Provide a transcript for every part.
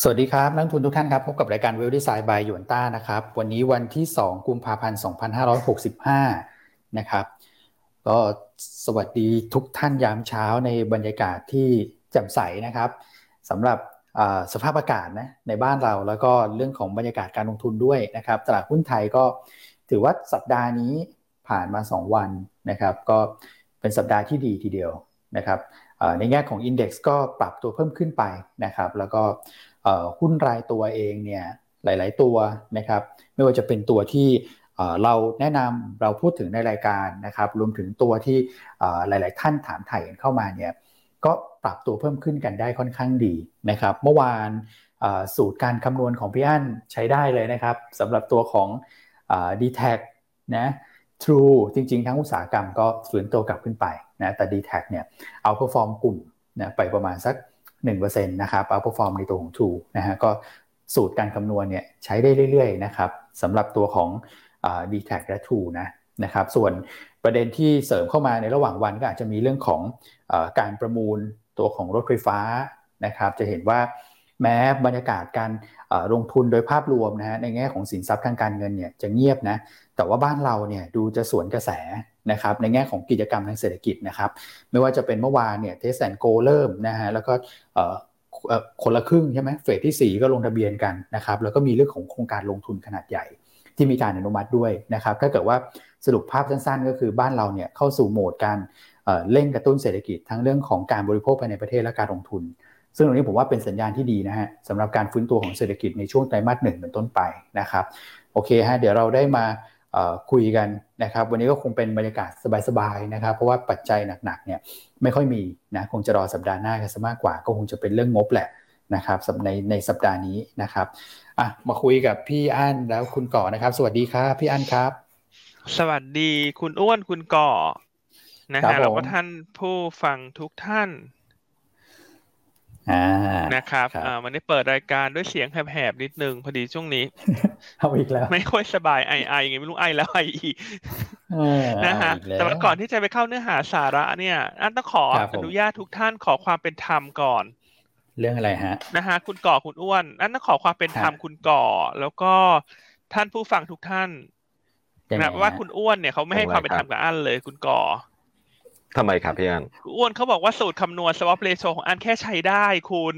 สวัสดีครับนักลงทุนทุกท่านครับพบกับรายการ Wealth Design by หยวนต้านะครับวันนี้วันที่2กุมภาพันธ์2565นะครับก็สวัสดีทุกท่านยามเช้าในบรรยากาศที่แจ่มใสนะครับสำหรับสภาพอากาศนะในบ้านเราแล้วก็เรื่องของบรรยากาศการลงทุนด้วยนะครับตลาดหุ้นไทยก็ถือว่าสัปดาห์นี้ผ่านมา2วันนะครับก็เป็นสัปดาห์ที่ดีทีเดียวนะครับในแง่ของ Index ก็ปรับตัวเพิ่มขึ้นไปนะครับแล้วก็หุ้นรายตัวเองเนี่ยหลายๆตัวนะครับไม่ว่าจะเป็นตัวที่เราแนะนำเราพูดถึงในรายการนะครับรวมถึงตัวที่หลายๆท่านถามไถ่กันเข้ามาเนี่ยก็ปรับตัวเพิ่มขึ้นกันได้ค่อนข้างดีนะครับเมื่อวานสูตรการคำนวณของพี่อั้นใช้ได้เลยนะครับสำหรับตัวของD-Tag นะ True จริงๆทั้งอุตสาหกรรมก็ฟื้นตัวกลับขึ้นไปนะแต่ D-Tag เนี่ยเอาเพอร์ฟอร์มกลุ่มนะไปประมาณสัก1% นะครับ outperform ในตัวของ True นะฮะก็สูตรการคำนวณเนี่ยใช้ได้เรื่อยๆนะครับสำหรับตัวของD-Tag และ True นะครับส่วนประเด็นที่เสริมเข้ามาในระหว่างวันก็อาจจะมีเรื่องของการประมูลตัวของรถไฟฟ้านะครับจะเห็นว่าแม้บรรยากาศการลงทุนโดยภาพรวมนะฮะในแง่ของสินทรัพย์ทางการเงินเนี่ยจะเงียบนะแต่ว่าบ้านเราเนี่ยดูจะสวนกระแสนะครับในแง่ของกิจกรรมทางเศรษฐกิจนะครับไม่ว่าจะเป็นเมื่อวานเนี่ย Test and Go เริ่มนะฮะแล้วก็คนละครึ่งใช่ไหมเฟสที่4ก็ลงทะเบียนกันนะครับแล้วก็มีเรื่องของโครงการลงทุนขนาดใหญ่ที่มีการอนุมัติด้วยนะครับถ้าเกิดว่าสรุปภาพสั้นๆก็คือบ้านเราเนี่ยเข้าสู่โหมดการเร่งกระตุ้นเศรษฐกิจทั้งเรื่องของการบริโภคภายในประเทศและการลงทุนซึ่งตรงนี้ผมว่าเป็นสัญญาณที่ดีนะฮะสำหรับการฟื้นตัวของเศรษฐกิจในช่วงไตรมาส1เป็นต้นไปนะครับโอเคฮะเดี๋ยวเราได้มาคุยกันนะครับวันนี้ก็คงเป็นบรรยากาศสบายๆนะครับเพราะว่าปัจจัยหนักๆเนี่ยไม่ค่อยมีนะคงจะรอสัปดาห์หน้ากันซะมากกว่าก็คงจะเป็นเรื่องงบแหละนะครับในสัปดาห์นี้นะครับมาคุยกับพี่อั้นแล้วคุณก่อนะครับสวัสดีครับพี่อั้นครับสวัสดีคุณอ้วนคุณก่อนะฮะแล้วก็ท่านผู้ฟังทุกท่านนะครับวันนี้เปิดรายการด้วยเสียงแหบๆนิดนึงพอดีช่วงนี้เอาอีกแล้วไม่ค่อยสบายไอไงไม่รู้ไอแล้วไออีกนะฮะแต่ว่าก่อนที่จะไปเข้าเนื้อหาสาระเนี่ยอันต้องขออนุญาตทุกท่านขอความเป็นธรรมก่อนเรื่องอะไรฮะนะฮะคุณก่อคุณอ้วนอันต้องขอความเป็นธรรมคุณก่อแล้วก็ท่านผู้ฟังทุกท่านนะว่าคุณอ้วนเนี่ยเขาไม่ให้ความเป็นธรรมกับอันเลยคุณก่อทำไมครับพี่อันอ้วนเขาบอกว่าสูตรคำนวณ swap ratio ของอันแค่ใช้ได้คุณ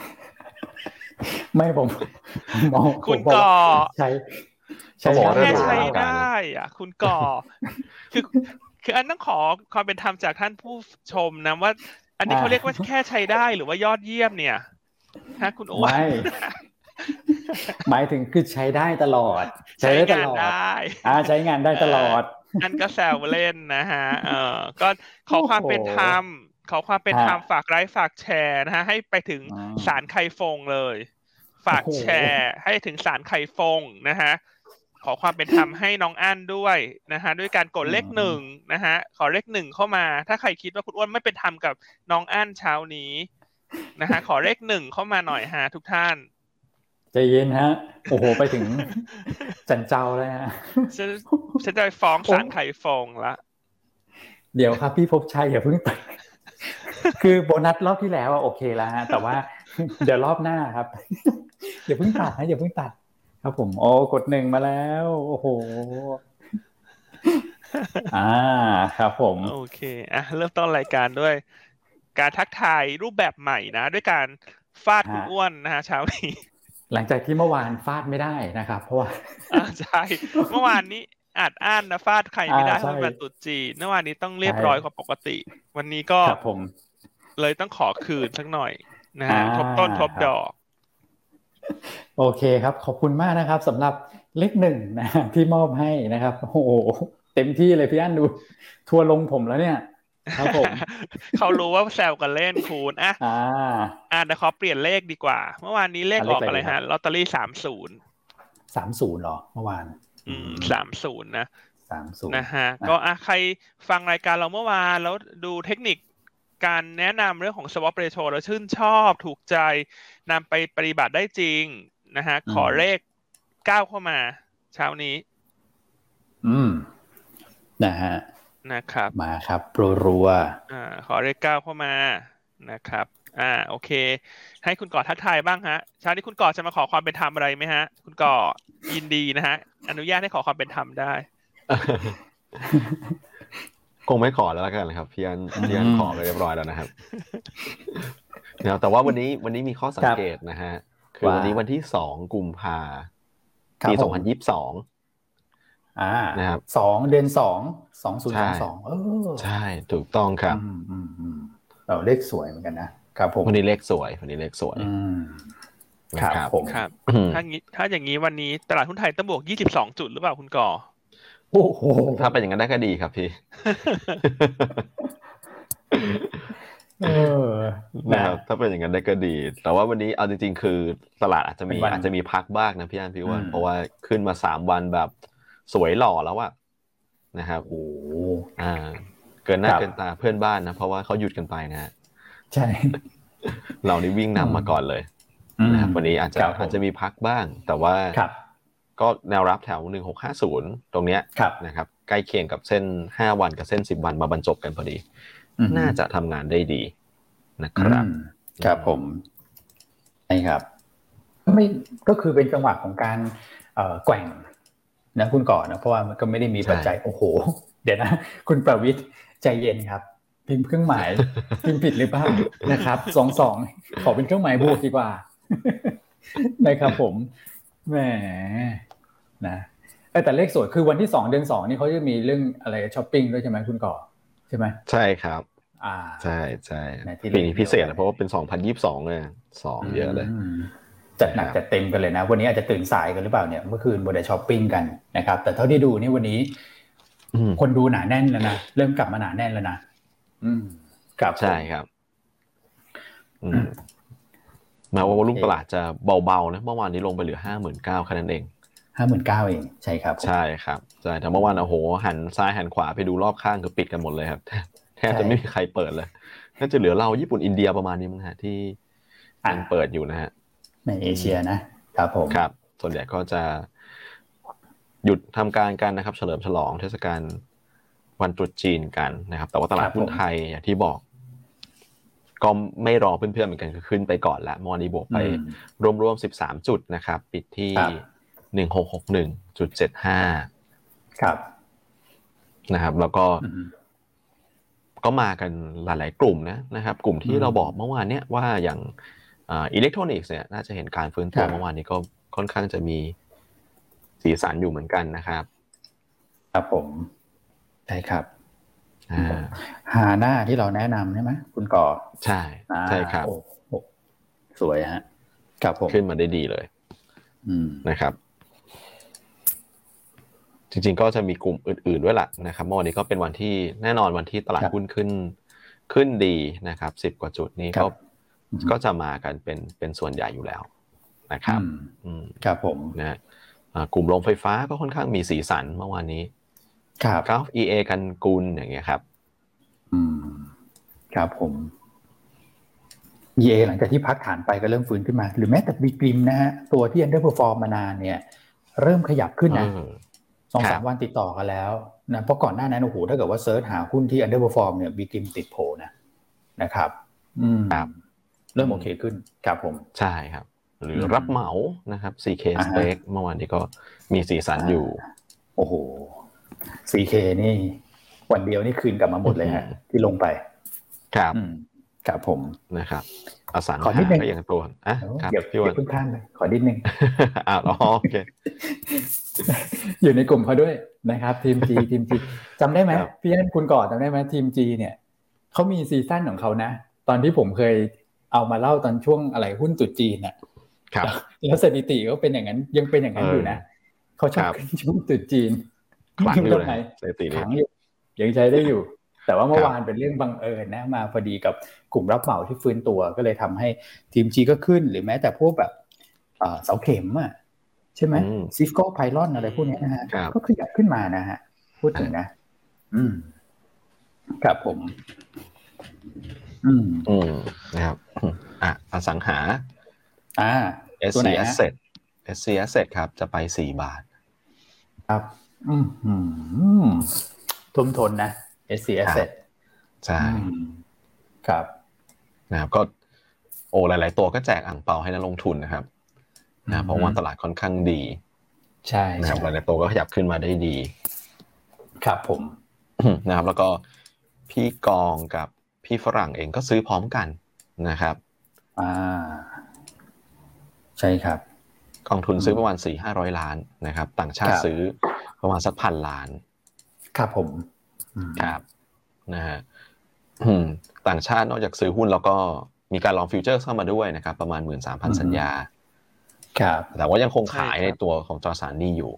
ไม่ผมมองคุณก่อใช้แค่ใช้ได้อ่ะคุณก่อคืออันต้องขอความเป็นธรรมจากท่านผู้ชมนะว่าอันนี้เขาเรียกว่าแค่ใช้ได้หรือว่ายอดเยี่ยมเนี่ยฮะคุณอ้วนหมายถึงคือใช้ได้ตลอดใช้งานได้ใช้งานได้ตลอดอันก็แซวเล่นนะฮะก็ขอความเป็นธรรมฝากไลค์ฝากแชร์นะฮะให้ไปถึงศาลไคฟงเลยฝากแชร์ให้ถึงศาลไคฟงนะฮะขอความเป็นธรรมให้น้องอั้นด้วยนะฮะด้วยการกดเลข1นะฮะขอเลข1เข้ามาถ้าใครคิดว่าคุณอ้วนไม่เป็นธรรมกับน้องอั้นเช้านี้นะฮะขอเลข1เข้ามาหน่อยฮะทุกท่านใจเย็นฮะโอ้โหไปถึงจันเจ้าเลยฮะฉันจะไปฟ้องศาลไคฟงละเดี๋ยวครับพี่ภพชัยอย่าเพิ่งตัดคือโบนัสรอบที่แล้วโอเคแล้วฮะแต่ว่าเดี๋ยวรอบหน้าครับอย่าเพิ่งตัดนะอย่าเพิ่งตัดครับผมโอ้กด1มาแล้วโอ้โหครับผมโอเคเริ่มต้นรายการด้วยการทักทายรูปแบบใหม่นะด้วยการฟาดคุณอ้วนนะฮะเช้านี้หลังจากที่เมื่อวานฟาดไม่ได้นะครับเพราะว่าใช่เมื่อวานนี้อัดอั้นนะฟาดใครไม่ได้เป็นวันตรุษจีนเมื่อวานนี้ต้องเรียบร้อยกว่าปกติวันนี้ก็เลยต้องขอคืนสักหน่อยนะฮะทบต้นทบดอกโอเคครับขอบคุณมากนะครับสำหรับเลข1นะที่มอบให้นะครับโอ้โหเต็มที่เลยพี่อั้นดูทัวร์ลงผมแล้วเนี่ยครับผมเขารู้ว่าแซวกันเล่นคูณเดี๋ยวขอเปลี่ยนเลขดีกว่าเมื่อวานนี้เลขออกอะไรฮะลอตเตอรี่30 เหรอเมื่อวาน 30นะ 30 นะฮะก็ใครฟังรายการเราเมื่อวานแล้วดูเทคนิคการแนะนำเรื่องของ swap ratio แล้วชื่นชอบถูกใจนำไปปฏิบัติได้จริงนะฮะขอเลข9เข้ามาเช้านี้นะฮะนะครับมาครับรัวขอเลข9เข้ามานะครับโอเคให้คุณก่อทักทายบ้างฮะเช้านี้คุณก่อจะมาขอความเป็นธรรมอะไรไหมฮะคุณก่อยินดีนะฮะอนุญาตให้ขอความเป็นธรรมได้คงไม่ขอแล้วกันครับพี่อันขอไปเรียบร้อยแล้วนะครับแต่ว่าวันนี้มีข้อสังเกตนะฮะคือวันนี้วันที่2 กุมภาพันธ์ปี 2022นะครับ 2 เดือน 2 2022 ใช่ถูกต้องครับเราเลขสวยเหมือนกันนะครับผมวันนี้เลขสวยครับผมครับถ้าอย่างนี้วันนี้ตลาดหุ้นไทยต้องบวก22 จุดหรือเปล่าคุณก่อโอ้โหถ้าเป็นอย่างนั้นได้ก็ดีครับพี่นะครับถ้าเป็นอย่างนั้นได้ก็ดีแต่ว่าวันนี้เอาจริงๆคือตลาดอาจจะมีพักบ้างนะพี่อ้วนเพราะว่าขึ้นมา3 วันแบบสวยหล่อแล้วอะนะครับโอ้เกินหน้าเกินตาเพื่อนบ้านนะเพราะว่าเขาหยุดกันไปนะใช่เรานี่วิ่งนำมาก่อนเลยนะครับวันนี้อาจจะมีพักบ้างแต่ว่าก็แนวรับแถว1650ตรงเนี้ยนะครับใกล้เคียงกับเส้น5 วันกับเส้น10 วันมาบรรจบกันพอดีน่าจะทำงานได้ดีนะครับครับผมใช่ครับไม่ก็คือเป็นจังหวะของการแกว่งนะคุณก่อนนะเพราะว่ามันก็ไม่ได้มีปัจจัยโอ้โหเดี๋ยวนะคุณประวิตรใจเย็นครับพิมพ์เครื่องหมายพิมพ์ผิดหรือเปล่านะครับ22ขอเป็นเครื่องหมายบวกดีกว่านะครับผมแหมนะแต่เลขสวยคือวันที่2 เดือน 2นี่เขาจะมีเรื่องอะไรช้อปปิ้งด้วยใช่ไหมคุณก่อใช่ไหมใช่ครับใช่ปีนี้พิเศษเพราะว่าเป็น2022เลย2เยอะเลยจัดหนักจัดเต็มกันเลยนะวันนี้อาจจะตื่นสายกันหรือเปล่าเนี่ยเมื่อคืนบ่ได้ช้อปปิ้งกันนะครับแต่เท่าที่ดูนี่วันนี้คนดูหนาแน่นแล้วนะเริ่มกลับมาหนาแน่นแล้วนะครับใช่ครับแม้ว่าวอลุ่มตลาดจะเบาๆนะเมื่อวานนี้ลงไปเหลือ 59,000 แค่นั้นเอง 59,000 เองใช่ครับใช่ครับใช่แต่เมื่อวานโอ้โหหันซ้ายหันขวาไปดูรอบข้างคือปิดกันหมดเลยครับแทบจะไม่มีใครเปิดเลยน่าจะเหลือเราญี่ปุ่นอินเดียประมาณนี้มั้งฮะที่ยังเปิดอยู่นะฮะในเอเชียนะครับผมครับส่วนใหญ่ก็จะหยุดทำการกันนะครับเฉลิมฉลองเทศกาลวันตรุษจีนกันนะครับแต่ว่าตลาดหุ้นไทยอย่างที่บอกก็ไม่รอเพื่อนๆเหมือนกันคือขึ้นไปก่อนละเมื่อวานนี้บวกไปรวมๆ13 จุดนะครับปิดที่1661.75 ครับนะครับแล้วก็มากันหลายๆกลุ่มนะครับกลุ่มที่เราบอกเมื่อวานเนี้ยว่าอย่างอิเล็กทรอนิกส์เนี่ยน่าจะเห็นการฟื้นตัวเมื่อวานนี้ก็ค่อนข้างจะมีสีสันอยู่เหมือนกันนะครับครับผมใช่ครับหาหน้าที่เราแนะนำใช่ไหมคุณก่อใช่ครับสวยฮะครับผมขึ้นมาได้ดีเลยนะครับจริงๆก็จะมีกลุ่มอื่นๆด้วยล่ะนะครับเมื่อวานนี้ก็เป็นวันที่แน่นอนวันที่ตลาดหุ้นขึ้นดีนะครับ10 กว่าจุดนี้ก็จะมากันเป็นส่วนใหญ่อยู่แล้วนะครับครับผมนะกลุ่มโรงไฟฟ้าก็ค่อนข้างมีสีสันเมื่อวานนี้กราฟ EA กันกุลอย่างเงี้ยครับครับผม EA หลังจากที่พักฐานไปก็เริ่มฟื้นขึ้นมาหรือแม้แต่บีกริมนะฮะตัวที่ underperform มานานเนี่ยเริ่มขยับขึ้นนะ2-3 วันติดต่อกันแล้วนะเพราะก่อนหน้านั้นโอ้โหถ้าเกิดว่าเซิร์ชหาหุ้นที่ underperform เนี่ยบีกริมติดโผนะครับเริ่มโอเคขึ้นครับผมใช่ครับหรือรับเหมานะครับ CK Stake เมื่อวานนี้ก็มีสีสันอยู่โอ้โห CK นี่วันเดียวนี่คืนกลับมาหมดเลยฮะที่ลงไปครับผมนะครับอสังหาก็ยังตัวเดี๋ยวขึ้นข้างเลยขอนิดนึงโอเคอยู่ในกลุ่มเขาด้วยนะครับทีม G จำได้ไหมพี่อั้นคุณก่อจำได้ไหมทีม G เนี่ยเขามีซีซั่นของเขานะตอนที่ผมเคยเอามาเล่าตอนช่วงอะไรหุ้นตุจีนน่ะแล้วสถิติก็เป็นอย่างนั้นยังเป็นอย่างนั้นอยู่นะเขาชอบขึ้นช่วงตุจีนขลังอยู่ไหนขลังอยู่ยังใช้ได้อยู่แต่ว่าเมื่อวานเป็นเรื่องบังเอิญนะมาพอดีกับกลุ่มรับเหมาที่ฟื้นตัวก็เลยทำให้ทีม G ก็ขึ้นหรือแม้แต่พวกแบบเสาเข็มใช่ไหมซิฟโก้ไพลอนอะไรพวกนี้นะฮะก็ขยับขึ้นมานะฮะพูดถึงนะครับผมนะครับอสังหาSC Asset ครับจะไป4 บาทครับทุ่มทนนะ SC Asset ใช่ครับนะครับก็หลายๆตัวก็แจกอั่งเปาให้นักลงทุนนะครับเพราะว่าตลาดค่อนข้างดีใช่นะครับหลายๆตัวก็ขยับขึ้นมาได้ดีครับผมนะครับแล้วก็พี่กองกับพี่ฝรั่งเองก็ซื้อพร้อมกันนะครับใช่ครับกองทุนซื้อประมาณ 400-500 ล้านนะครับต่างชาติซื้อประมาณสัก1,000 ล้านครับผมครับนะฮะต่างชาตินอกจากซื้อหุ้นแล้วก็มีการลองฟิวเจอร์เข้ามาด้วยนะครับประมาณ 13,000 สัญญาครับแต่ว่ายังคงขายในตัวของตราสารหนี้อยู่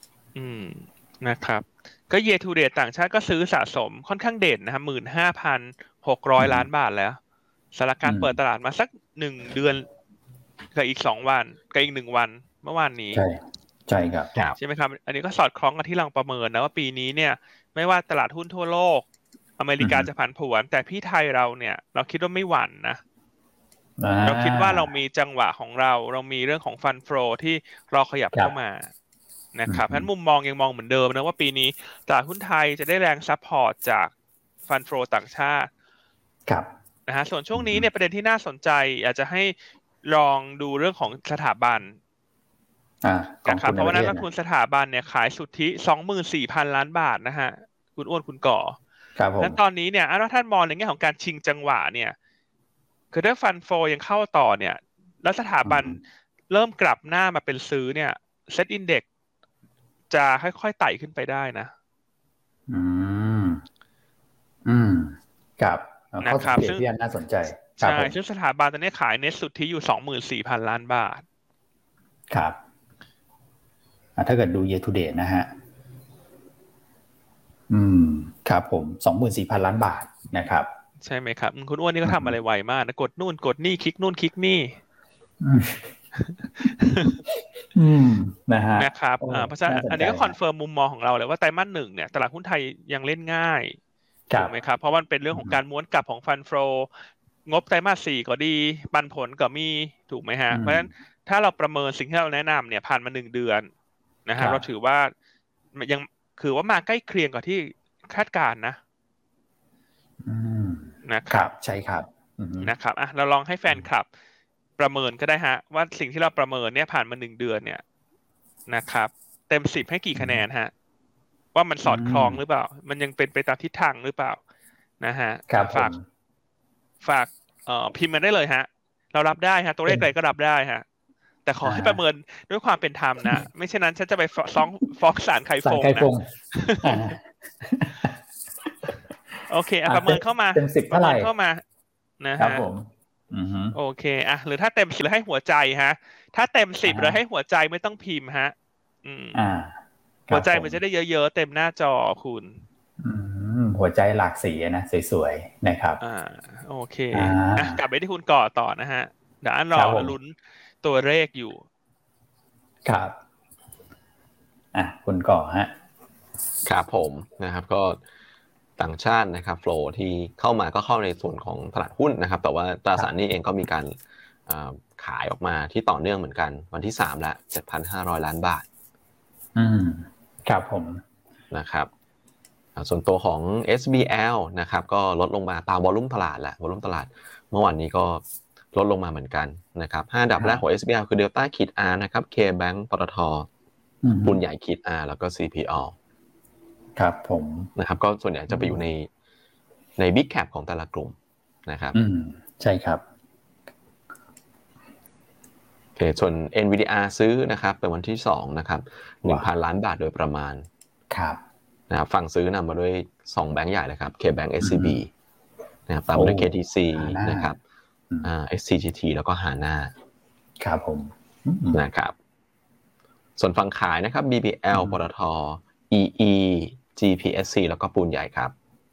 นะครับก็ year to date ต่างชาติก็ซื้อสะสมค่อนข้างเด่นนะครับ 15,600 ล้านบาทแล้วสำหรับการเปิดตลาดมาสัก1เดือนกับอีก2วันกับอีก1วันเมื่อวานนี้ใช่ครับใช่ไหมครับอันนี้ก็สอดคล้องกับที่เราประเมินนะว่าปีนี้เนี่ยไม่ว่าตลาดหุ้นทั่วโลกอเมริกาจะผันผวนแต่พี่ไทยเราเนี่ยเราคิดว่าไม่หวั่นนะเราคิดว่าเรามีจังหวะของเรามีเรื่องของฟันโฟลที่เราขยับเข้ามานะครับเพราะฉะนั้นมุมมองยังมองเหมือนเดิมนะว่าปีนี้ตลาดหุ้นไทยจะได้แรงซัพพอร์ตจากฟันโฟลต่างชาตินะฮะส่วนช่วงนี้เนี่ยประเด็นที่น่าสนใจอยากจะให้ลองดูเรื่องของสถาบันนะครับเพราะว่านักลงทุนสถาบันเนี่ยขายสุทธิ 24,000 ล้านบาทนะฮะคุณอ้วนคุณก่อนั้นตอนนี้เนี่ยถ้าท่านมองในแง่ของการชิงจังหวะเนี่ยคือถ้าฟันโฟยังเข้าต่อเนี่ยแล้วสถาบันเริ่มกลับหน้ามาเป็นซื้อเนี่ยเซ็ตอินเด็กซ์จะค่อยๆไต่ขึ้นไปได้นะครับนะครับซึ่งน่าสนใจใช่ซึ่งสถาบันตอนนี้ขายเน็ตสุทธิอยู่ 24,000 ล้านบาทครับถ้าเกิดดู year to date นะฮะครับผม 24,000 ล้านบาทนะครับใช่ไหมครับคุณอ้วนนี่ก็ทำอะไรไวมากนะกดนู่นกดนี่คลิกนู่นคลิกนี่นะครับเพราะฉะนั้นอันนี้ก็คอนเฟิร์มมุมมองของเราเลยว่าไตรมาส 1เนี่ยตลาดหุ้นไทยยังเล่นง่ายถูกไหมครับเพราะมันเป็นเรื่องของการม้วนกลับของฟันโฟงบไตรมาส 4ก็ดีปันผลก็มีถูกไหมฮะเพราะฉะนั้นถ้าเราประเมินสิ่งที่เราแนะนำเนี่ยผ่านมา1เดือนนะฮะเราถือว่ายังคือว่ามาใกล้เคียงกับที่คาดการณ์นะครับใช่ครับนะครับเราลองให้แฟนคลับประเมินก็ได้ฮะว่าสิ่งที่เราประเมินเนี่ยผ่านมา1เดือนเนี่ยนะครับเต็ม10ให้กี่คะแนนฮะว่ามันสอดคล้องหรือเปล่ามันยังเป็นไปตามทิศทางหรือเปล่านะฮะฝากพิมพ์มาได้เลยฮะเรารับได้ฮะตัวเลขอะไรก็รับได้ฮะแต่ขอให้ประเมินด้วยความเป็นธรรมนะไม่เช่นนั้นฉันจะไปฟ้องศาลไคฟงนะโอเคประเมินเข้ามาเต็ม10เท่าไหร่เข้ามานะครับผมโอเคหรือถ้าเต็ม10เลยให้หัวใจฮะถ้าเต็ม10เลยให้หัวใจไม่ต้องพิมพ์ฮะหัวใจมันจะได้เยอะๆเต็มหน้าจอคุณหัวใจหลากสีนะสวยๆนะครับโอเคกลับไปที่คุณก่อต่อนะฮะเดี๋ยวรอลุ้นตัวเลขอยู่ครับคุณก่อฮะครับผมนะครับก็ต่างชาตินะครับโฟลที่เข้ามาก็เข้าในส่วนของตลาดหุ้นนะครับแต่ว่าตราสารหนี้เองก็มีการขายออกมาที่ต่อเนื่องเหมือนกันวันที่3แล้ว 7,500 ล้านบาทครับผมนะครับส่วนตัวของ SBL นะครับก็ลดลงมาตามวอลุ่มตลาดแหละวอลุ่มตลาดเมื่อวานนี้ก็ลดลงมาเหมือนกันนะครับ5อันดับแรกของ SBL คือ Delta R นะครับ KBank ปตท.ปุณใหญ่R แล้วก็ CPO ครับผมนะครับก็ส่วนใหญ่จะไปอยู่ใน Big Cap ของแต่ละกลุ่มนะครับใช่ครับโอเคส่วน NVDR ซื้อนะครับเป็นวันที่2นะครับ 1,000 ล้านบาทโดยประมาณครับนะครับฝั่งซื้อนำมาด้วย2แบงก์ใหญ่เลยครับ KBank SCB นะครับตามด้วย KTC นะครับSCGT แล้วก็ Hana ครับผมนะครับส่วนฝั่งขายนะครับ BBL ปตท. EE GPSC แล้วก็ปูนใหญ่ครับ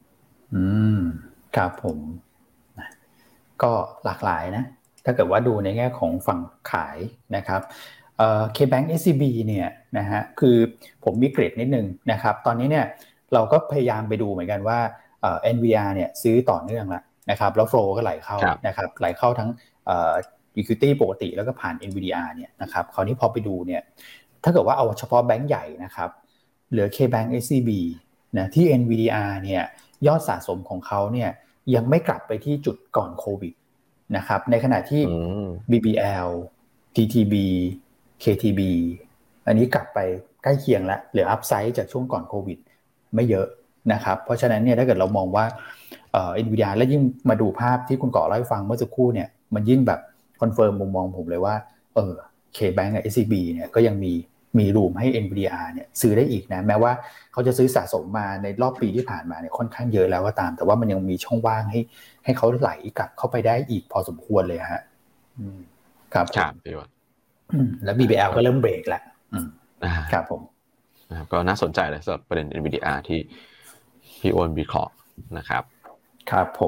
ครับผมก็หลากหลายนะถ้าเกิดว่าดูในแง่ของฝั่งขายนะครับKBank SCB เนี่ยนะฮะคือผมมีเกรดนิดนึงนะครับตอนนี้เนี่ยเราก็พยายามไปดูเหมือนกันว่าNVR เนี่ยซื้อต่อเนื่องแล้วนะครับแล้วโฟลก็ไหลเข้านะครับไหลเข้าทั้งequity ปกติแล้วก็ผ่าน NVDR เนี่ยนะครับคราวนี้พอไปดูเนี่ยถ้าเกิดว่าเอาเฉพาะแบงก์ใหญ่นะครับเหลือ KBank SCB นะที่ NVDR เนี่ยยอดสะสมของเขาเนี่ยยังไม่กลับไปที่จุดก่อนโควิดนะครับในขณะที่ BBL TTB KTB อันนี้กลับไปใกล้เคียงแล้วเหลืออัพไซด์จากช่วงก่อนโควิดไม่เยอะนะครับเพราะฉะนั้นเนี่ยถ้าเกิดเรามองว่าNVIDIA และยิ่งมาดูภาพที่คุณก่อเล่าให้ฟังเมื่อสักครู่เนี่ยมันยิ่งแบบคอนเฟิร์มมุมมองผมเลยว่าKBank กับ SCB เนี่ยก็ยังมีรูมให้ NVIDIA เนี่ยซื้อได้อีกนะแม้ว่าเขาจะซื้อสะสมมาในรอบปีที่ผ่านมาเนี่ยค่อนข้างเยอะแล้วก็ตามแต่ว่ามันยังมีช่องว่างให้เขาไหลกลับเข้าไปได้อีกพอสมควรเลยฮะครับพี่วันแล้ว BBL ก็เริ่มเบรกแล้วครับผมนะครับก็น่าสนใจเลยสำหรับประเด็น NVIDIA ที่พี่โอนวิเคราะห์นะครับครับผม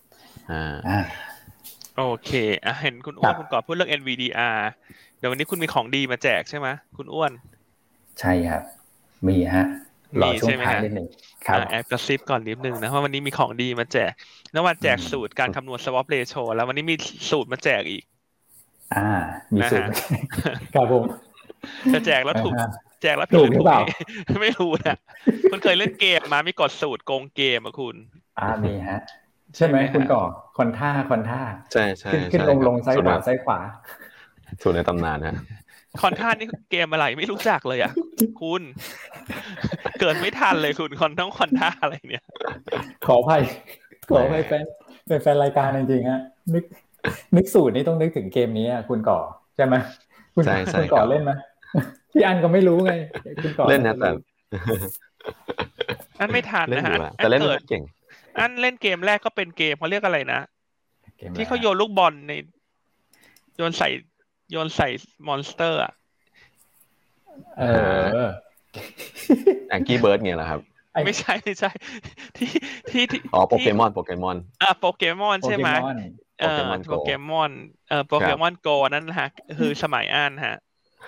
โอเคเห็นคุณอ้วนคุณก่อพูดเรื่อง NVDR เดี๋ยววันนี้คุณมีของดีมาแจกใช่ไหมคุณอ้วนใช่ครับมีฮะรอช่วงท้ายนิดนึงครับแอบกระซิบก่อนนิดนึงนะว่าวันนี้มีของดีมาแจกแล้วมาแจกสูตรการคำนวณ swap ratio แล้ววันนี้มีสูตรมาแจกอีกมีสูตรครับผมจะแจกแล้วถูกแจกแล้วผิดหรือเปล่าไม่รู้นะคุณเคยเล่นเกมมามีกดสูตรโกงเกมอ่ะคุณมีฮะใช่ไหมคุณก่อคอนท่าใช่ใช่ขึ้นลงซ้ายขวาสูตรในตำนานนะคอนท่านี่เกมอะไรไม่รู้จักเลยอ่ะคุณเกิดไม่ทันเลยคุณคอนท่าอะไรเนี่ยขออภัยแฟนรายการจริงๆฮะนึกสูตรนี่ต้องนึกถึงเกมนี้คุณก่อใช่ไหมคุณก่อเล่นไหมพี่อันก็ไม่รู้ไงคุณก่อเล่นนะแต่อันไม่ทันนะฮะแต่เล่นเก่งอันเล่นเกมแรกก็เป็นเกมเขาเรียกอะไรนะที่เขาโยนลูกบอลในโยนใส่มอนสเตอร์แองกี้เบิร์ดเนี่ยแหละครับไม่ใช่ที่โปเกมอนโปเกมอนใช่ไหมโปเกมอนโกนั่นฮะคือสมัยอ่านฮะ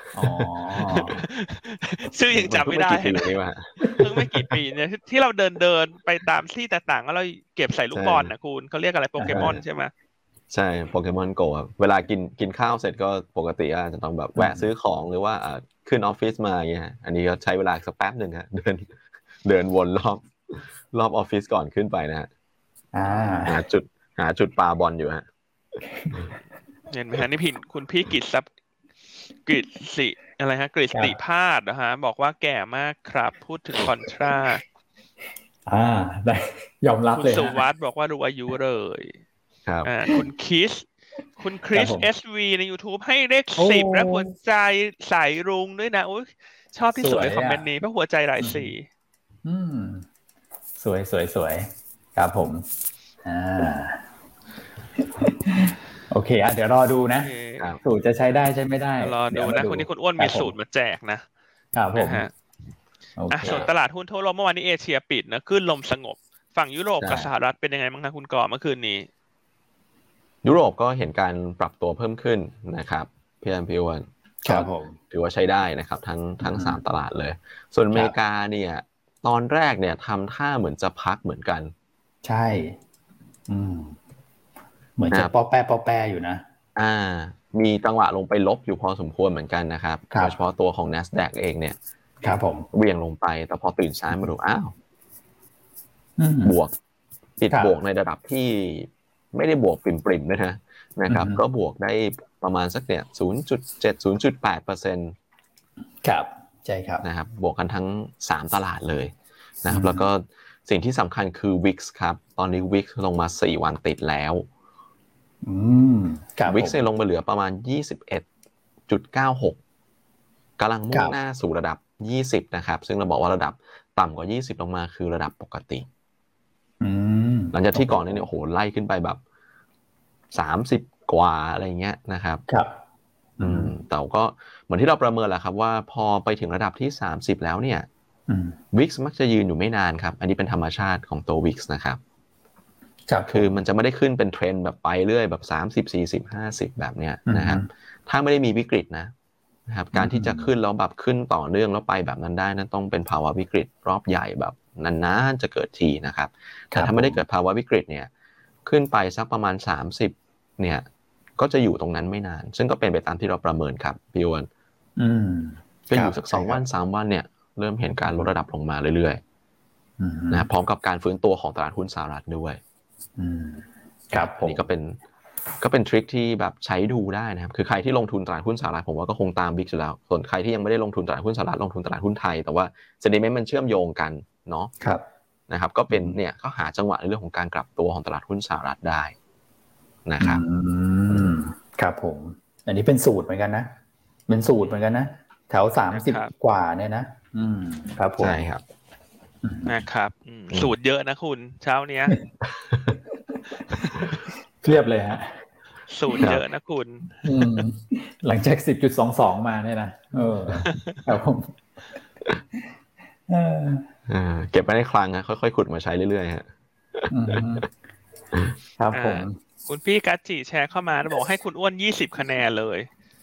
ชื่อยังจำไม่ได้เพิ่งไม่กี่ปีเนี่ยที่เราเดินไปตามที่ต่างๆแล้วเราเก็บใส่ลูกบอลนะคุณเขาเรียกอะไรโปเกมอนใช่ไหมใช่โปเกมอนโกครับเวลากินข้าวเสร็จก็ปกติอาจจะต้องแบบแวะซื้อของหรือว่าขึ้นออฟฟิศมาอย่างเงี้ยอันนี้ก็ใช้เวลาสักแป๊บหนึ่งฮะเดินวนรอบออฟฟิศก่อนขึ้นไปนะฮะหาจุดปาบอลอยู่ฮะเห็นไหมฮะนี่คุณพี่กิตสิอะไรฮะกฤษติพาสนะฮะบอกว่าแก่มากครับพูดถึงคอนทราได้ยอมรับเลยคุณสุวัสดิ์บอกว่ารู้อายุเลยครับคุณคริส SV ใน YouTube ให้เลข10และหัวใจสายรุ้งด้วยนะอุ๊ยชอบที่สุดในคอมเมนต์นี้เพราะหัวใจหลายสีสวยครับผมโอเคเดี๋ยวรอดูนะสูตรจะใช้ได้ใช่ไม่ได้รอดูนะคนนี้คุณอ้วนมีสูตรมาแจกนะครับผมส่วนตลาดหุ้นทั่วโลกเมื่อวานนี้เอเชียปิดนะขึ้นลมสงบฝั่งยุโรปกับสหรัฐเป็นยังไงบ้างคะคุณก่อเมื่อคืนนี้ยุโรปก็เห็นการปรับตัวเพิ่มขึ้นนะครับพี่อันพี่วันครับผมถือว่าใช้ได้นะครับทั้ง3ตลาดเลยส่วนอเมริกาเนี่ยตอนแรกเนี่ยทำท่าเหมือนจะพักเหมือนกันใช่เหมือนจะปอแปรอยู่นะมีจังหวะลงไปลบอยู่พอสมควรเหมือนกันนะครับโดยเฉพาะตัวของ NASDAQ เองเนี่ยครับผมเวียงลงไปแต่พอตื่นเช้ามาดูบวกติดบวกในระดับที่ไม่ได้บวกปริ่มๆนะครับก็บวกได้ประมาณสักเนี่ย 0.7 0.8% ครับใช่ครับนะครับบวกกันทั้ง3ตลาดเลยนะครับแล้วก็สิ่งที่สำคัญคือ VIX ครับตอนนี้ VIX ลงมา4วันติดแล้วVIX ลงมาเหลือประมาณ 21.96 กำลังมุ่งหน้าสู่ระดับ20นะครับซึ่งเราบอกว่าระดับต่ำกว่า20ลงมาคือระดับปกติหลังจากที่ก่อนเนี่ยโอ้โหไล่ขึ้นไปแบบ30กว่าอะไรเงี้ยนะครับครับแต่ก็เหมือนที่เราประเมินแหละครับว่าพอไปถึงระดับที่30แล้วเนี่ยVIX มักจะยืนอยู่ไม่นานครับอันนี้เป็นธรรมชาติของตัว VIX นะครับคือมันจะไม่ได้ขึ้นเป็นเทรนด์แบบไปเรื่อยแบบ30 40 50แบบเนี้ยนะครับถ้าไม่ได้มีวิกฤตนะครับการที่จะขึ้นแล้วแบบขึ้นต่อเนื่องแล้วไปแบบนั้นได้นั้นต้องเป็นภาวะวิกฤตรอบใหญ่แบบนานๆจะเกิดทีนะครับแต่ถ้าไม่ได้เกิดภาวะวิกฤตเนี่ยขึ้นไปสักประมาณ30เนี่ยก็จะอยู่ตรงนั้นไม่นานซึ่งก็เป็นไปตามที่เราประเมินครับพี่วอนก็อยู่สัก2วัน3วันเนี่ยเริ่มเห็นการลดระดับลงมาเรื่อยๆนะพร้อมกับการฟื้นตัวของตลาดหุ้นสหรัฐด้วยครับนี่ก็เป็นก็เป็นทริคที่แบบใช้ดูได้นะครับคือใครที่ลงทุนตลาดหุ้นสหรัฐผมว่าก็คงตามบิ๊กอยู่แล้วส่วนใครที่ยังไม่ได้ลงทุนตลาดหุ้นสหรัฐลงทุนตลาดหุ้นไทยแต่ว่าเซนติเมนต์มันเชื่อมโยงกันเนาะครับนะครับก็เป็นเนี่ยก็หาจังหวะในเรื่องของการกลับตัวของตลาดหุ้นสหรัฐได้นะครับครับผมอันนี้เป็นสูตรเหมือนกันนะเป็นสูตรเหมือนกันนะแถว30กว่าเนี่ยนะครับผมใช่ครับนะครับสูตรเยอะนะคุณเช้าเนี้ยเพียบเลยฮะสูตรเยอะนะคุณหลังจาก 10.22 มาเนี่ยนะครับผมเก็บไว้ในคลังฮะค่อยๆขุดมาใช้เรื่อยๆฮะครับผมคุณพี่กัจจิแชร์เข้ามาแล้วบอกให้คุณอ้วน20คะแนนเลย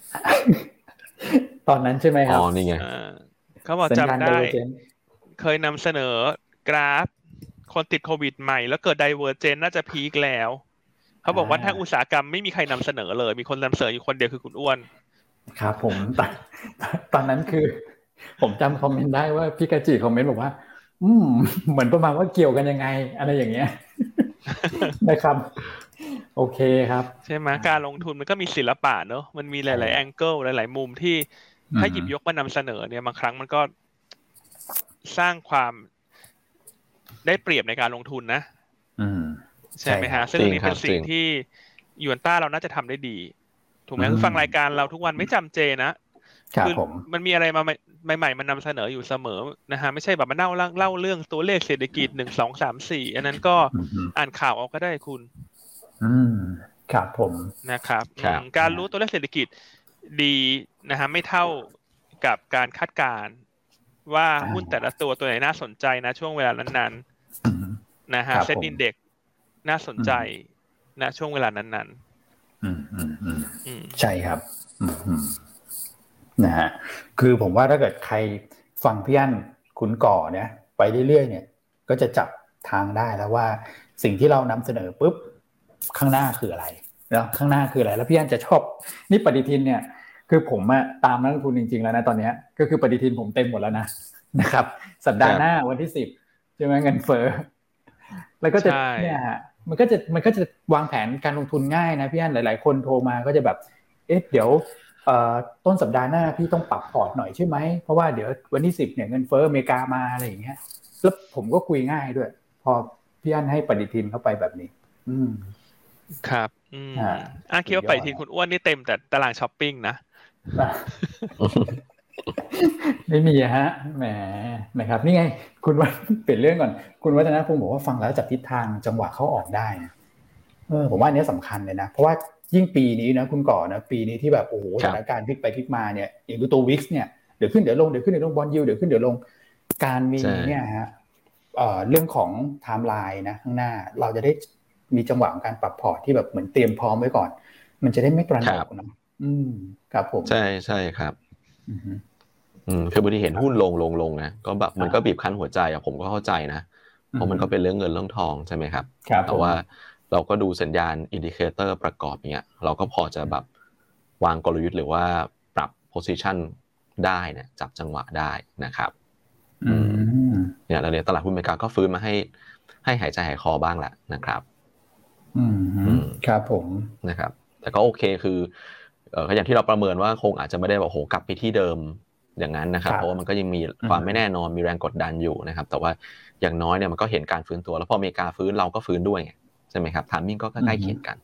ตอนนั้นใช่ไหมครับอ๋อนี่ไงเขาบอกจำได้เคยนำเสนอกราฟคนติดโควิดใหม่แล้วเกิดไดเวอร์เจนน่าจะพีคแล้วเขาบอกว่าทางอุตสาหกรรมไม่มีใครนำเสนอเลยมีคนนำเสนออยู่คนเดียวคือคุณอ้วนครับผมตอนนั้นคือผมจำคอมเมนต์ได้ว่าพี่กาจิคอมเมนต์บอกว่าเหมือนประมาณว่าเกี่ยวกันยังไงอะไรอย่างเงี้ยนะครับโอเคครับใช่ไหมการลงทุนมันก็มีศิลปะเนอะมันมีหลายๆแองเกิลหลายๆมุมที่ถ้าหยิบยกมานำเสนอเนี่ยบางครั้งมันก็สร้างความได้เปรียบในการลงทุนนะใช่ไหมฮะซึ่งนี่เป็นสิ่งที่ยูนต้าเราน่าจะทำได้ดีถูกไหมคือฟังรายการเราทุกวันไม่จำเจนะคือมันมีอะไรมาใหม่ๆมันนำเสนออยู่เสมอนะฮะไม่ใช่แบบมาเล่าเรื่องตัวเลขเศรษฐกิจ1 2 3 4อันนั้นก็อ่านข่าวเอาก็ได้คุณครับผมนะครับการรู้ตัวเลขเศรษฐกิจดีนะฮะไม่เท่ากับการคาดการณ์ว่าหุ้นแต่ละตัวไหนน่าสนใจนะช่วงเวลานั้นๆนะฮะเซ็ตอินเด็กซ์น่าสนใจนะช่วงเวลานั้นใช่ครับนะฮะคือผมว่าถ้าเกิดใครฟังพี่อั้นขุนก่อเนี่ยไปเรื่อยๆเนี่ยก็จะจับทางได้แล้วว่าสิ่งที่เรานำเสนอปุ๊บข้างหน้าคืออะไรแล้วข้างหน้าคืออะไรแล้วพี่อั้นจะชอบนี่ปฏิทินเนี่ยคือผมตามนักลงทุนจริงๆแล้วนะตอนนี้ก็คือปฏิทินผมเต็มหมดแล้วนะครับสัปดาห์หน้าวันที่10ใช่ไหมเงินเฟ้อแล้วก็จะเนี่ยฮะมันก็จะวางแผนการลงทุนง่ายนะพี่อั้นหลายๆคนโทรมาก็จะแบบเดี๋ยวต้นสัปดาห์หน้าพี่ต้องปรับพอร์ตหน่อยใช่ไหมเพราะว่าเดี๋ยววันที่10เนี่ยเงินเฟ้ออเมริกามาอะไรอย่างเงี้ยแล้วผมก็คุยง่ายด้วยพอพี่อั้นให้ปฏิทินเข้าไปแบบนี้ครับคิดว่าปฏิทินคุณอ้วนนี่เต็มแต่ตารางช้อปปิ้งนะไม่มีฮะแหมนะครับนี่ไงคุณว่าเปลี่ยนเรื่องก่อนคุณวัฒนพงศ์บอกว่าฟังแล้วจับทิศทางจังหวะเข้าออกได้นะผมว่าอันนี้สำคัญเลยนะเพราะว่ายิ่งปีนี้นะคุณก่อนะปีนี้ที่แบบโอ้โหสถานการณ์พลิกไปพลิกมาเนี่ยอย่างดูตัววิกซ์เนี่ยเดี๋ยวขึ้นเดี๋ยวลงเดี๋ยวขึ้นเดี๋ยวลงบอนด์ยิลด์เดี๋ยวขึ้นเดี๋ยวลงการมีเนี่ยฮะเรื่องของไทม์ไลน์นะข้างหน้าเราจะได้มีจังหวะของการปรับพอร์ตที่แบบเหมือนเตรียมพร้อมไว้ก่อนมันจะได้ไม่ตระหนักนะครับผมใช่ครับคือบางทีเห็นหุ้นลงนะก็แบบมันก็บีบคั้นหัวใจอะผมก็เข้าใจนะเพราะมันก็เป็นเรื่องเงินเรื่องทองใช่ไหมครับแต่ว่าเราก็ดูสัญญาณอินดิเคเตอร์ประกอบเนี้ยเราก็พอจะแบบวางกลยุทธ์หรือว่าปรับโพซิชันได้เนี่ยจับจังหวะได้นะครับเนี่ยแล้วเนี่ยตลาดหุ้นอเมริกาก็ฟื้นมาให้หายใจหายคอบ้างแหละนะครับครับผมนะครับแต่ก็โอเคคือก็อย่างที่เราประเมินว่าคงอาจจะไม่ได้แบบโหกลับไปที่เดิมอย่างนั้นนะครับเพราะว่ามันก็ยังมีความไม่แน่นอนมีแรงกดดันอยู่นะครับแต่ว่าอย่างน้อยเนี่ยมันก็เห็นการฟื้นตัวแล้วพออเมริกาฟื้นเราก็ฟื้นด้วยไงใช่ไหมครับไทมิ่งก็ใกล้เคียงกัน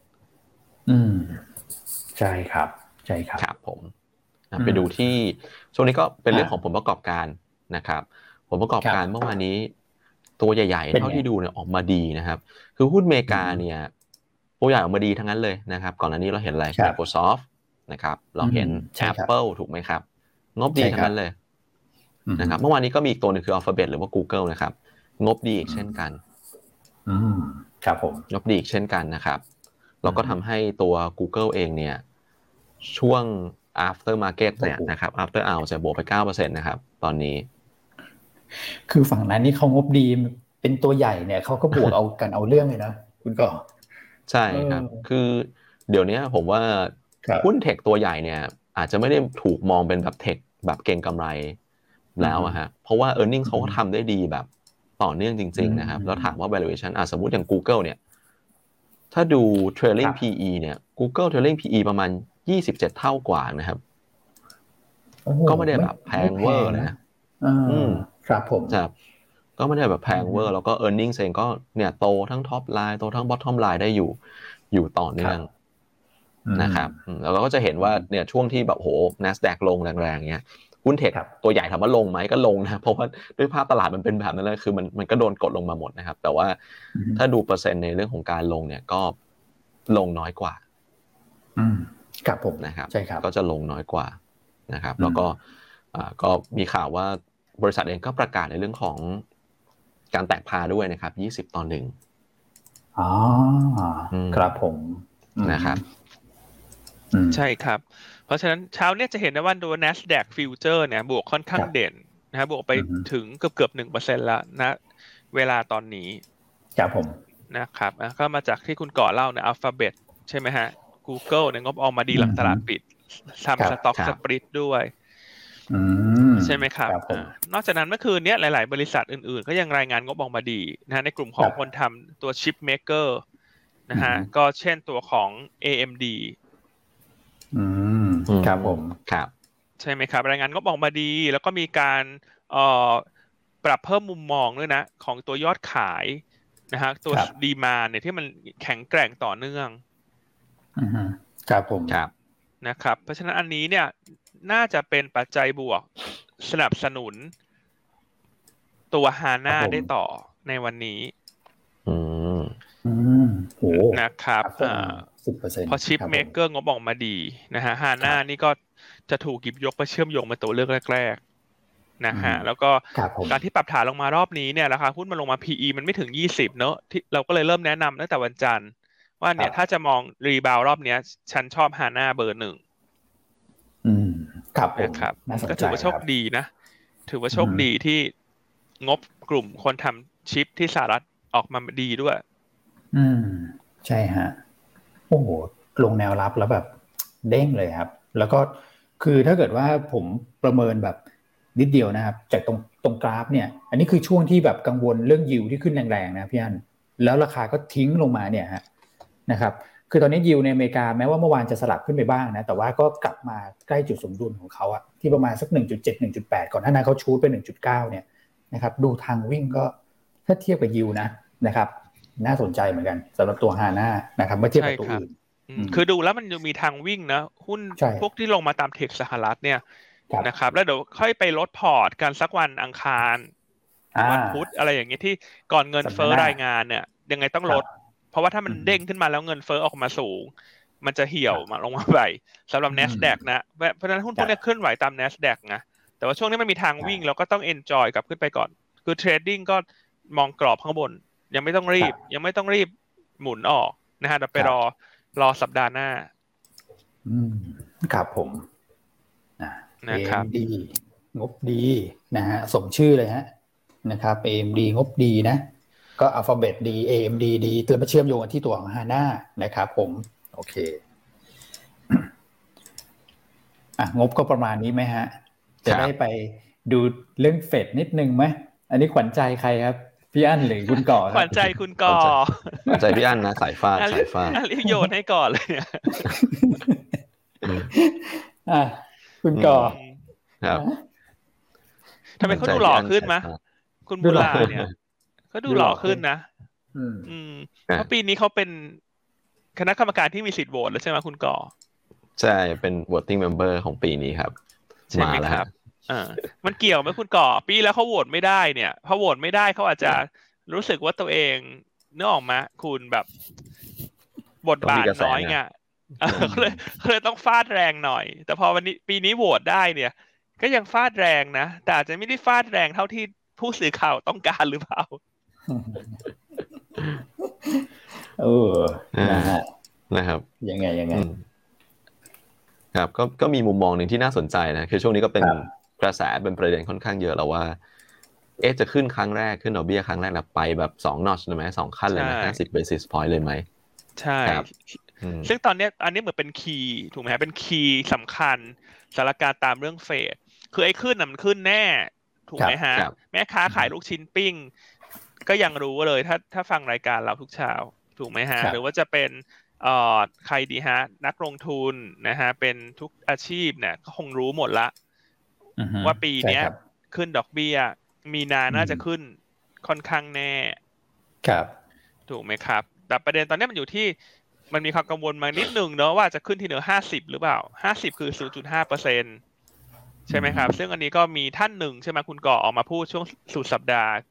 ใช่ครับครับผมไปดูที่ช่วงนี้ก็เป็นเรื่องของผลประกอบการนะครับผลประกอบการเมื่อวานนี้ตัวใหญ่ๆเท่าที่ดูเนี่ยออกมาดีนะครับคือหุ้นอเมริกาเนี่ยตัวใหญ่ออกมาดีทั้งนั้นเลยนะครับก่อนหน้านี้เราเห็นอะไร Microsoft นะครับเราเห็น Apple ถูกไหมครับงบดีทั้งนั้นเลยนะครับเมื่อวานนี้ก็มีอีกตัวนึงคือ Alphabet หรือว่า Google นะครับงบดีอีกเช่นกันครับผมงบดีอีกเช่นกันนะครับแล้วก็ทำให้ตัว Google เองเนี่ยช่วง after market เนี่ยนะครับ after hour จะบวกไป 9% นะครับตอนนี้คือฝั่งนั้นนี่เขางบดีเป็นตัวใหญ่เนี่ยเขาก็บวกเอาเรื่องเลยนะคุณก็ใช่ครับคือเดี๋ยวนี้ผมว่าหุ้นเทคตัวใหญ่เนี่ยอาจจะไม่ได้ถูกมองเป็นแบบเทคแบบเก่งกำไรแล้วอะฮะเพราะว่า earning เขาก็ทำได้ดีแบบต่อเนื่องจริงๆนะครับแล้วถามว่า valuation สมมุติอย่าง Google เนี่ยถ้าดู trailing PE เนี่ย Google Trailing PE ประมาณ27เท่ากว่านะครับก็ไม่ได้แบบแพงเวอร์เลยนะครับผมครับก็ไม่ได้แบบแพงเวอร์แล้วก็ earnings เองก็เนี่ยโตทั้ง top line โตทั้ง bottom line ได้อยู่ต่อเนื่องนะครับแล้วก็จะเห็นว่าเนี่ยช่วงที่แบบโห NASDAQ ลงแรงๆเงี้ยหุ้นเทคตัวใหญ่ถามว่าลงไหมก็ลงนะเพราะว่าด้วยภาพตลาดมันเป็นแบบนั้นเลยคือมันก็โดนกดลงมาหมดนะครับแต่ว่าถ้าดูเปอร์เซ็นต์ในเรื่องของการลงเนี่ยก็ลงน้อยกว่าครับผมนะครับใช่ครับก็จะลงน้อยกว่านะครับแล้วก็มีข่าวว่าบริษัทเองก็ประกาศในเรื่องของการแตกพาด้วยนะครับ20-1 อ๋อครับผมนะครับใช่ครับเพราะฉะนั้นเช้าเนี่ยจะเห็นได้ว่าตัว NASDAQ Future เนี่ยบวกค่อนข้างเด่นนะครับบวกไปถึงเกือบ 1% แล้วนะเวลาตอนนี้ครับผมนะครับก็มาจากที่คุณก่อเล่าเนี่ย Alphabet ใช่ไหมฮะ Google เนี่ยงบออกมาดีหลังตลาดปิดทำสต็อกสปริตด้วยใช่ไหมครับนอกจากนั้นเมื่อคืนนี้หลายๆบริษัทอื่นๆก็ยังรายงานงบออกมาดีนะฮะในกลุ่มของคนทำตัวชิปเมกเกอร์นะฮะก็เช่นตัวของ AMD ครับผมครับใช่ไหมครับรายงานงบออกมาดีแล้วก็มีการปรับเพิ่มมุมมองด้วยนะของตัวยอดขายนะฮะตัวดีมานด์เนี่ยที่มันแข็งแกร่งต่อเนื่องครับผมครับนะครับเพราะฉะนั้นอันนี้เนี่ยน่าจะเป็นปัจจัยบวกสนับสนุนตัว HANA ได้ต่อในวันนี้นะครับ 10% พอชิปเมกเกอร์งบออกมาดีนะฮะ HANA นี่ก็จะถูกหยิบยกไปเชื่อมโยงมาตัวเลือกแรกๆนะฮะแล้วก็การที่ปรับฐานลงมารอบนี้เนี่ยราคาหุ้นมันลงมา PE มันไม่ถึง20เนอะที่เราก็เลยเริ่มแนะนำตั้งแต่วันจันทร์ว่าเนี่ยถ้าจะมองรีบาวรอบนี้ฉันชอบ HANA เบอร์ 1 ครับนะครับก็ถือว่าโชคดีนะถือว่าโชคดีที่งบกลุ่มคนทำชิปที่สหรัฐออกมาดีด้วยใช่ฮะโอ้โหลงแนวรับแล้วแบบเด้งเลยครับแล้วก็คือถ้าเกิดว่าผมประเมินแบบนิดเดียวนะครับจากตรงกราฟเนี่ยอันนี้คือช่วงที่แบบกังวลเรื่องยิวที่ขึ้นแรงๆนะพี่อั้นแล้วราคาก็ทิ้งลงมาเนี่ยฮะนะครับคือตอนนี้ยิวในอเมริกาแม้ว่าเมื่อวานจะสลับขึ้นไปบ้างนะแต่ว่าก็กลับมาใกล้จุดสมดุลของเขาอะที่ประมาณสัก 1.7 1.8 ก่อนหน้านั้นเขาชูดไป 1.9 เนี่ยนะครับดูทางวิ่งก็ถ้าเทียบกับยิวนะครับน่าสนใจเหมือนกันสำหรับตัว HANA นะครับเมื่อเทียบกับตัวอื่นคือดูแล้วมันยังมีทางวิ่งนะหุ้นพวกที่ลงมาตามเทคสหรัฐเนี่ยนะครับแล้วเดี๋ยวค่อยไปลดพอร์ตกันสักวันอังคารวันพุธอะไรอย่างเงี้ยที่ก่อนเงินเฟ้อรายงานเนี่ยยังไงต้องลดเพราะว่าถ้ามันเด้งขึ้นมาแล้วเงินเฟ้อออกมาสูงมันจะเหี่ยวมาลงมาไปสำหรับ NASDAQ นะเพราะฉะนั้นหุ้นพวกนี้เคลื่อนไหวตาม NASDAQ นะแต่ว่าช่วงนี้มันมีทางวิ่งเราก็ต้อง enjoy กับขึ้นไปก่อนคือเทรดดิ้งก็มองกรอบข้างบนยังไม่ต้องรีบหมุนออกนะฮะเดี๋ยวไปรอสัปดาห์หน้าครับผมนะครับ AMD งบดีนะฮะสมชื่อเลยฮะนะครับ AMD งบดีนะก็ Alphabet ดี AMD ดีเตือนมาเชื่อมโยงกันที่ตัวของ HANA นะครับผมโอเคงบก็ประมาณนี้ไหมฮะจะได้ไปดูเรื่องเฟดนิดนึงไหมอันนี้ขวัญใจใครครับพี่อั้นหรือคุณก่อครับขวัญใจคุณก่อขวัญใจพี่อั้นนะสายฟ้ารีบโยนให้ก่อนเลยเนี่ยคุณก่อครับทำไมเขาดูหล่อขึ้นมะคุณบุราเนี่ยเขาดูหล่อขึ้นนะเพราะปีนี้เขาเป็นคณะกรรมการที่มีสิทธิ์โหวตแล้วใช่ไหมคุณก่อใช่เป็น voting member ของปีนี้ครับมาแล้วครับมันเกี่ยวไหมคุณก่อปีแล้วเขาโหวตไม่ได้เนี่ยพอโหวตไม่ได้เขาอาจจะรู้สึกว่าตัวเองนึกออกมาคุณแบบบทบาทน้อยไงเลยต้องฟาดแรงหน่อยแต่พอวันนี้ปีนี้โหวตได้เนี่ยก็ยังฟาดแรงนะแต่อาจจะไม่ได้ฟาดแรงเท่าที่ผู้สื่อข่าวต้องการหรือเปล่านะครับยังไงครับก็มีมุมมองหนึ่งที่น่าสนใจนะคือช่วงนี้ก็เป็นกระแสเป็นประเด็นค่อนข้างเยอะแล้วว่าจะขึ้นครั้งแรกขึ้นดอกเบี้ยครั้งแรกแล้วไปแบบ2 notch เลยไหม2ขั้นเลยนะ50 basis point เลยไหมใช่ซึ่งตอนนี้อันนี้เหมือนเป็นคีย์ถูกไหมเป็นคีย์สำคัญสถานการณ์ตามเรื่องเฟดคือไอ้ขึ้นมันขึ้นแน่ถูกไหมฮะแม่ค้าขายลูกชิ้นปิ้งก็ยังรู้เลยถ้าฟังรายการเราทุกเช้าถูกไหมฮะหรือว่าจะเป็นใครดีฮะนักลงทุนนะฮะเป็นทุกอาชีพเนี่ยก็คงรู้หมดละว่าปีเนี้ยขึ้นดอกเบี้ยมีนาน่าจะขึ้นค่อนข้างแน่ครับถูกไหมครับแต่ประเด็นตอนนี้มันอยู่ที่มันมีความกังวลมานิดนึงเนอะว่าจะขึ้นที่เหนือ50หรือเปล่า50คือ 0.5%ใช่ไหมครับซึ่งอันนี้ก็มีท่านหนึ่งใช่ไหมคุณก่อออกมาพูดช่วงสุดสัปดาห์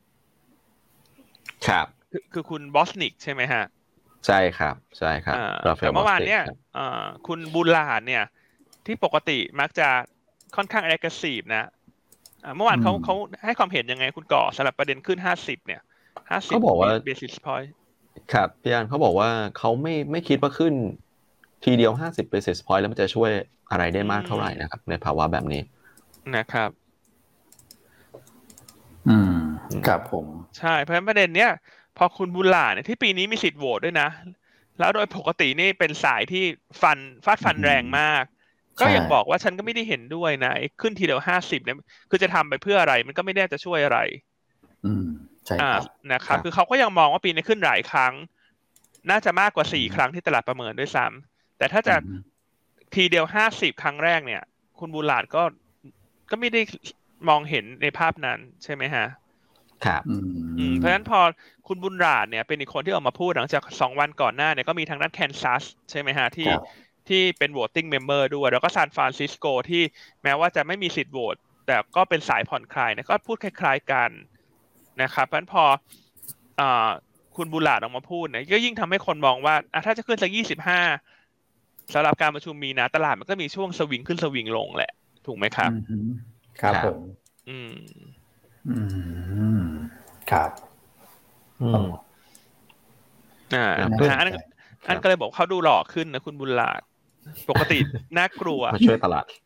ครับคือคุณบอสนิกใช่ไหมฮะใช่ครับใช่ครับแต่เมื่อวานเนี่ยคุณบุญหลาดเนี่ยที่ปกติมักจะค่อนข้าง aggressive นะเมื่อวานเขาให้ความเห็นยังไงคุณก่อสำหรับประเด็นขึ้น50เนี่ย50 เขาบอกว่า basis point ครับพี่อันเขาบอกว่าเขาไม่คิดว่าขึ้นทีเดียว50 basis point แล้วมันจะช่วยอะไรได้มากเท่าไหร่นะครับในภาวะแบบนี้นะครับครับผมใช่เพราะฉะนั้นประเด็นเนี้ยพอคุณบุญหลาเนี่ยที่ปีนี้มีสิทธิ์โหวตด้วยนะแล้วโดยปกตินี่เป็นสายที่ฟาดฟันแรงมากก็ยังบอกว่าฉันก็ไม่ได้เห็นด้วยนะขึ้นทีเดียว50เนี่ยคือจะทำไปเพื่ออะไรมันก็ไม่ได้จะช่วยอะไรใช่ครับนะครับคือเขาก็ยังมองว่าปีนี้ขึ้นหลายครั้งน่าจะมากกว่า4ครั้งที่ตลาดประเมินด้วยซ้ำแต่ถ้าจะทีเดียว50ครั้งแรกเนี่ยคุณบุญหลาดก็ไม่ได้มองเห็นในภาพนั้นใช่ไหมฮะครับเพราะฉะนั้นพอคุณบุญหลาดเนี่ยเป็นอีกคนที่ออกมาพูดหลังจาก2วันก่อนหน้าเนี่ยก็มีทางด้านแคนซัสใช่ไหมฮะที่เป็น voting member ด้วยแล้วก็ซานฟรานซิสโกที่แม้ว่าจะไม่มีสิทธิ์โหวตแต่ก็เป็นสายผ่อนคลายเนี่ยก็พูดคล้ายๆกันนะครับเพราะฉะนั้นพอคุณบุญหลาดออกมาพูดเนี่ยก็ยิ่งทำให้คนมองว่าถ้าจะขึ้นสัก25สำหรับการประชุมมีนาตลาดมันก็มีช่วงสวิงขึ้นสวิงลงแหละถูกไหมครับครับผมครับอันก็เลยบอกเขาดูหล่อขึ้นนะคุณบุญหลาดปกติน่ากลัวมาช่วยตลาด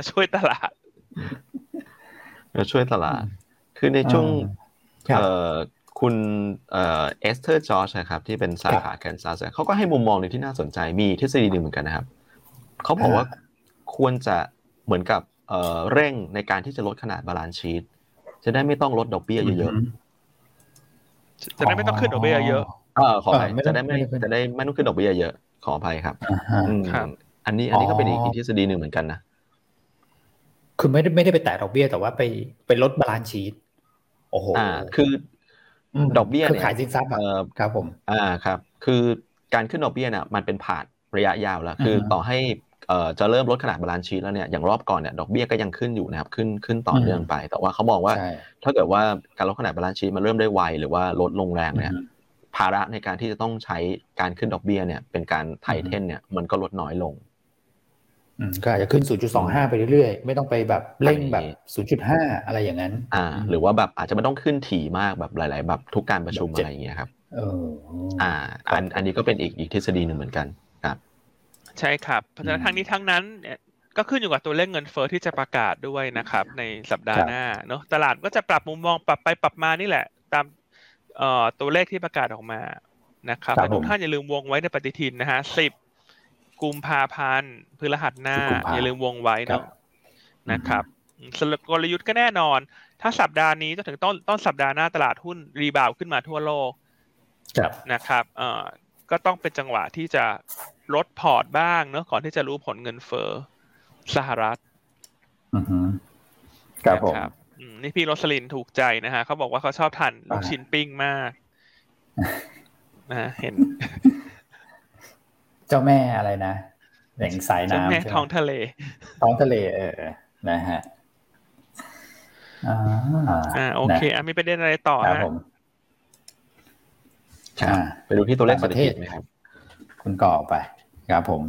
คือในช่วงคุณเอสเธอร์จอร์จนะครับที่เป็นสาขาแคนซัสเขาก็ให้มุมมองหนึ่งที่น่าสนใจมีทฤษฎีหนึ่งเหมือนกันนะครับเขาบอกว่าควรจะเหมือนกับเร่งในการที่จะลดขนาดบาลานซ์ชีทจะได้ไม่ต้องลดดอกเบี้ยเยอะๆจะได้ไม่ต้องขึ้นดอกเบี้ยเยอะขออภัยจะได้ไม่ต้องขึ้นดอกเบี้ยเยอะขออภัยครับอันนี้ก็เป็นอีกทฤษฎีหนึ่งเหมือนกันนะคือไม่ได้ไปแตะดอกเบี้ยแต่ว่าไปลดบาลานซ์ชีทโอ้โหคือดอกเบี้ยเนี่ยขายสินทรัพย์ครับผมครับคือการขึ้นดอกเบี้ยเนี่ยมันเป็นผ่านระยะยาวแล้วคือต่อให้จะเริ่มลดขนาดบาลานซ์ชีทแล้วเนี่ยอย่างรอบก่อนเนี่ยดอกเบี้ยก็ยังขึ้นอยู่นะครับขึ้นต่อเนื่องไปแต่ว่าเขามองว่าถ้าเกิดว่าการลดขนาดบาลานซ์ชีทมันเริ่มได้ไวหรือว่าลดลงแรงเนี่ยภาระในการที่จะต้องใช้การขึ้นดอกเบี้ยเนี่ยเป็นการไทเทนเนี่ยมันก็ลดน้อยลงก็อาจจะขึ้น 0.25 ไปเรื่อยๆไม่ต้องไปแบบเร่งแบบ 0.5 อะไรอย่างนั้นหรือว่าแบบอาจจะไม่ต้องขึ้นถี่มากแบบหลายๆแบบทุกการประชุมอะไรอย่างเงี้ยครับอันนี้ก็เป็นอีกทฤษฎีหนึ่งเหมือนกันครับใช่ครับเพราะฉะนั้นทั้งนี้ทั้งนั้นก็ขึ้นอยู่กับตัวเลขเงินเฟ้อที่จะประกาศด้วยนะครับในสัปดาห์หน้าเนาะตลาดก็จะปรับมุมมองปรับไปปรับมานี่แหละตามตัวเลขที่ประกาศออกมานะครับแต่ทุกท่านอย่าลืมวงไว้ในปฏิทินนะฮะ10 กุมภาพันธ์พฤหัสหน้าอย่าลืมวงไว้เนาะนะครับกลยุทธ์ก็แน่นอนถ้าสัปดาห์นี้จนถึงต้นสัปดาห์หน้าตลาดหุ้นรีบาวขึ้นมาทั่วโลกนะครับก็ต้องเป็นจังหวะที่จะลดพอร์ตบ้างเนอะก่อนที่จะรู้ผลเงินเฟ้อสหรัฐครับผมนี่พี่โรสลินถูกใจนะฮะเขาบอกว่าเขาชอบทานลูกชิ้นปิ้งมากนะเห็นเจ้าแม่อะไรนะแหล่งสายน้ำเจ้าแม่ท้องทะเลนะฮะโอเคมีประเด็นอะไรต่อฮะไปดูที่ตัวเลขเศรษฐกิจไหมครับคุณก่อไปครับผม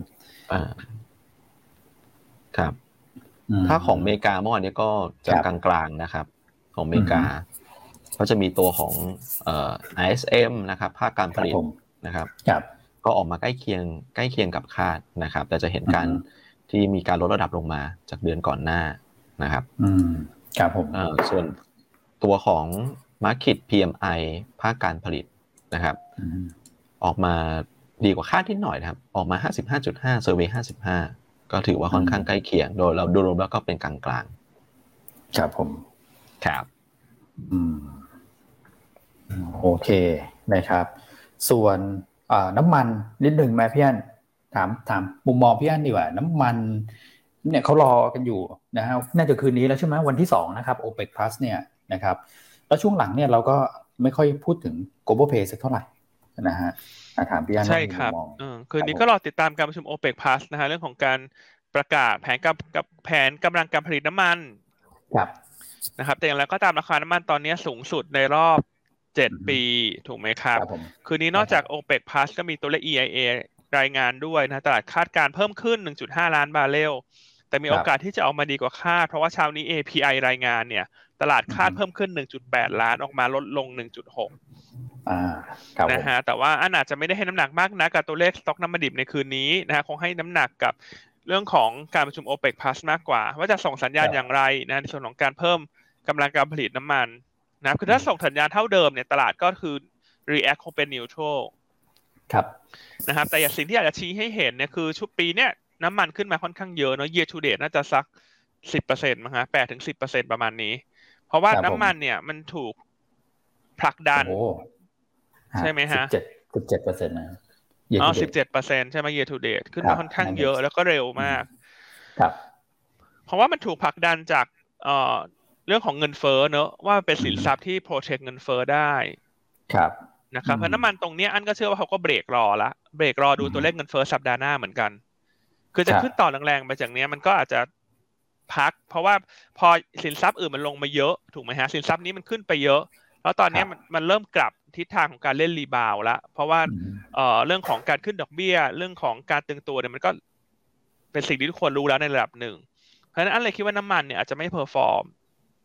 ครับถ้าของอเมริกาเมื่อวานนี้ก็จะกลางๆนะครับของอเมริกาก็จะมีตัวของISM นะครับภาคการผลิตนะครับก็ออกมาใกล้เคียงกับคาดนะครับแต่จะเห็นการที่มีการลดระดับลงมาจากเดือนก่อนหน้านะครับครับผมส่วนตัวของ Market PMI ภาคการผลิตนะครับออกมาดีกว่าคาดนิดหน่อยนะครับออกมา 55.5 เซอร์เวย์55ก็ถือว่าค่อนข้างใกล้เคียงโดยเราดูรวมแล้วก็เป็นกลางๆครับผมครับโอเคนะครับส่วนน้ำมันนิดหนึ่งไหมพี่อันถามมุมมองพี่อันดีกว่าน้ำมันเนี่ยเขารอกันอยู่นะฮะน่าจะคืนนี้แล้วใช่ไหมวันที่2นะครับ OPEC Plus เนี่ยนะครับแล้วช่วงหลังเนี่ยเราก็ไม่ค่อยพูดถึง Global Pay สักเท่าไหร่นะฮะถามพี่อันว่ามีมุมมองคืนนี้ก็รอติดตามการประชุม OPEC Plus นะฮะเรื่องของการประกาศแผนกำลังการผลิตน้ำมันนะครับแต่อย่างไรก็ตามราคาน้ำมันตอนนี้สูงสุดในรอบ7 ปีถูกไหมครับคืนนี้นอกจาก OPEC Plus ก็มีตัวเลข EIA รายงานด้วยนะตลาดคาดการเพิ่มขึ้น 1.5 ล้านบาร์เรลแต่มีโอกาสที่จะออกมาดีกว่าคาดเพราะว่าเช้านี้ API รายงานเนี่ยตลาดคาดเพิ่มขึ้น 1.8 ล้านออกมาลดลง 1.6 นะฮะแต่ว่าอันอาจจะไม่ได้ให้น้ำหนักมากนะกับตัวเลขสต็อกน้ำมันดิบในคืนนี้นะฮะคงให้น้ำหนักกับเรื่องของการประชุม OPEC Plus มากกว่าว่าจะส่งสัญญาณอย่างไรนะในส่วนของการเพิ่มกำลังการผลิตน้ำมันนะคือถ้าส่งสัญญาณเท่าเดิมเนี่ยตลาดก็คือ react คงเป็น neutral ครับนะครับแต่อย่างสิ่งที่อยากจะชี้ให้เห็นเนี่ยคือชุดปีเนี้ยน้ำมันขึ้นมาค่อนข้างเยอะเนาะ year to date น่าจะสัก 10% มั้งฮะ 8-10% ประมาณนี้เพราะว่าน้ำมันเนี่ยมันถูกผลักดันใช่ไหมฮะ 17%นะ 17%ใช่ไหม year to date ขึ้นมาค่อนข้างเยอะแล้วก็เร็วมากครับเพราะว่ามันถูกผลักดันจากเรื่องของเงินเฟ้อเนอะว่าเป็นสินทรัพย์ที่ protect เงินเฟ้อได้ครับนะครับเพราะน้ำมันตรงนี้อันก็เชื่อว่าเขาก็เบรกรอดูตัวเลขเงินเฟ้อสัปดาห์หน้าเหมือนกันคือจะขึ้นต่อแรงๆไปจากนี้มันก็อาจจะพักเพราะว่าพอสินทรัพย์อื่นมันลงมาเยอะถูกไหมฮะสินทรัพย์นี้มันขึ้นไปเยอะแล้วตอนนี้มันเริ่มกลับทิศทางของการเล่นรีบาวแล้วเพราะว่าเรื่องของการขึ้นดอกเบี้ยเรื่องของการตึงตัวเนี่ยมันก็เป็นสิ่งที่ทุกคนรู้แล้วในระดับหนึ่งเพราะฉะนั้นอันเลยคิดว่าน้ำมันเนี่ยอาจจะไม่เพอร์ฟอร์ม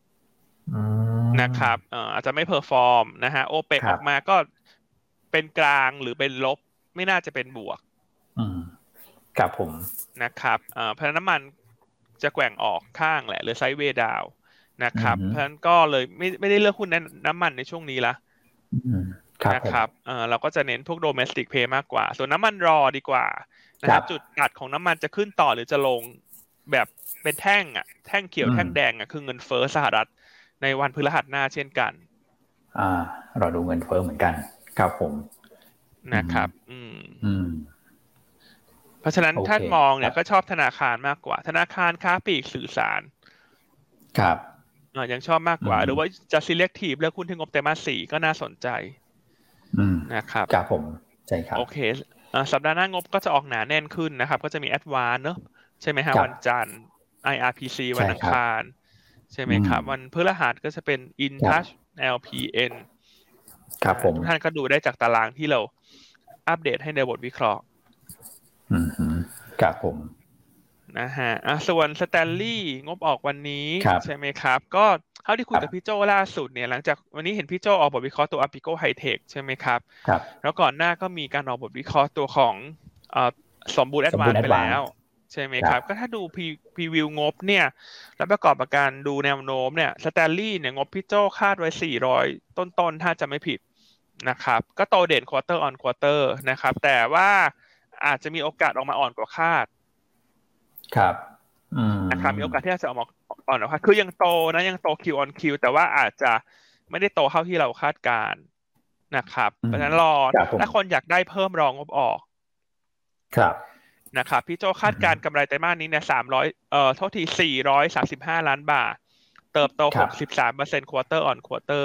นะครับอาจจะไม่เพอร์ฟอร์มนะฮะโอเปกออกมาก็เป็นกลางหรือเป็นลบไม่น่าจะเป็นบวกครับผมนะครับเพราะฉะนั้นน้ำมันจะแกว่งออกข้างแหละหรือไซด์เวย์ดาวนะครับเพราะฉะนั้นก็เลยไม่ได้เลือกหุ้นน้ำมันในช่วงนี้ละนะครับเราก็จะเน้นพวก domestic play มากกว่าส่วนน้ำมันรอดีกว่านะครับจุดตัดของน้ำมันจะขึ้นต่อหรือจะลงแบบเป็นแท่งแท่งเขียวแท่งแดงคือเงินเฟ้อสหรัฐในวันพฤหัสหน้าเช่นกันเราดูเงินเฟ้อเหมือนกันครับผมนะครับเพราะฉะนั้นท่านมองเนี่ยก็ชอบธนาคารมากกว่าธนาคารค้าปลีกสื่อสารครับยังชอบมากกว่าหรือว่าจะ selective เลือกหุ้นที่งบไตรมาส 4ก็น่าสนใจนะครับครับผมใช่ครับโอเคสัปดาห์หน้างบก็จะออกหนาแน่นขึ้นนะครับก็จะมี Advance เนอะใช่ไหมฮะวันจันทร์ IRPC วันอังคารใช่ไหมครับวันพฤหัสก็จะเป็น InTouch LPN ครับผมทุกท่านก็ดูได้จากตารางที่เราอัปเดตให้ในบทวิเคราะห์ครับผมนะฮะส่วนสแตนลี่งบออกวันนี้ใช่ไหมครับก็เท่าที่คุยกับพี่โจล่าสุดเนี่ยหลังจากวันนี้เห็นพี่โจออกบทวิเคราะห์ตัว Apico High-Tech ใช่ไหมครับแล้วก่อนหน้าก็มีการออกบทวิเคราะห์ตัวของสมบูรณ์ Advance ไปแล้วใช่ไหมครับก็ถ้าดูพรีวิวงบเนี่ยแล้วประกอบกับการดูแนวโน้มเนี่ยสแตนลี่เนี่ยงบพี่โจคาดไว้400ต้นๆถ้าจะไม่ผิดนะครับก็โตเด่น quarter on quarter นะครับแต่ว่าอาจจะมีโอกาสออกมาอ่อนกว่าคาดครับนะครับมีโอกาสที่จะออกมาอ่อนกว่าคาดคือยังโตนะยังโต Q on Q แต่ว่าอาจจะไม่ได้โตเท่าที่เราคาดการนะครับเพราะฉะนั้นรอถ้าคนอยากได้เพิ่มรองบออกครับนะครับพี่โจคาดการกำไรไตรมาสนี้เนี่ยโทษที435ล้านบาทเติบโต 63% quarter on quarter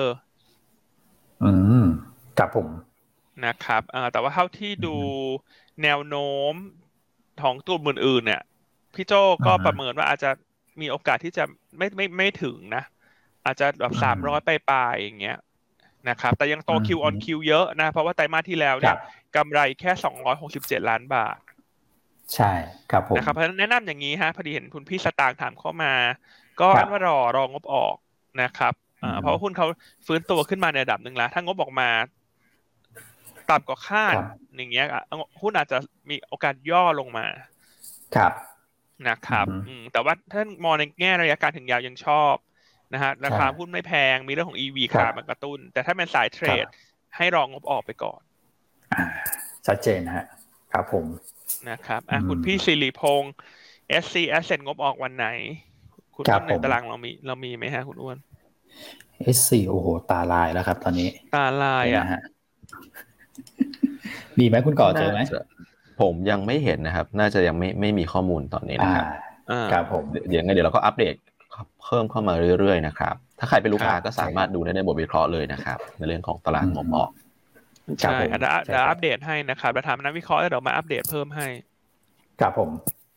ครับผมนะครับแต่ว่าเท่าที่ดูแนวโน้มของตัวอื่นๆเนี่ยพี่โจก็ประเมินว่าอาจจะมีโอกาสที่จะไม่ถึงนะอาจจะแบบ300ปลายๆอย่างเงี้ยนะครับแต่ยังโต Q on Q เยอะนะเพราะว่าไตรมาสที่แล้วเนี่ยกำไรแค่267ล้านบาทใช่ครับผมนะครับเพราะฉะนั้นแนะนำอย่างนี้ฮะพอดีเห็นคุณพี่สตางค์ถามเข้ามาก็อันว่ารองบออกนะครับเพราะว่าหุ้นเขาฟื้นตัวขึ้นมาในระดับหนึ่งแล้วถ้างบออกมาต่ำกว่าคาดอย่างเงี้ยหุ้นอาจจะมีโอกาสย่อลงมาครับนะครับแต่ว่าถ้ามองในแง่ระยะการถึงยาวยังชอบนะฮะราคาหุ้นไม่แพงมีเรื่องของ EV ขามากระตุ้นแต่ถ้าเป็นสายเทรดให้รองงบออกไปก่อนชัดเจนฮะครับผมนะครับคุณพี่สิริพงษ์ SC Asset งบออกวันไหนคุณอ้วนในตารางเรามีไหมฮะคุณอ้วน SC โอ้โหตาลายแล้วครับตอนนี้ตาลายมีไหมคุณก่อเจอไหมผมยังไม่เห็นนะครับน่าจะยังไม่มีข้อมูลตอนนี้นะครับครับผมเดี๋ยวเราก็อัปเดตเพิ่มเข้ามาเรื่อยๆนะครับถ้าใครเป็นลูกค้าก็สามารถดูได้ในบทวิเคราะห์เลยนะครับในเรื่องของตลาดงบออกใช่เดี๋ยวอัปเดตให้นะครับแล้วถามนักวิเคราะห์แล้วเดี๋ยวมาอัปเดตเพิ่มให้ครับผม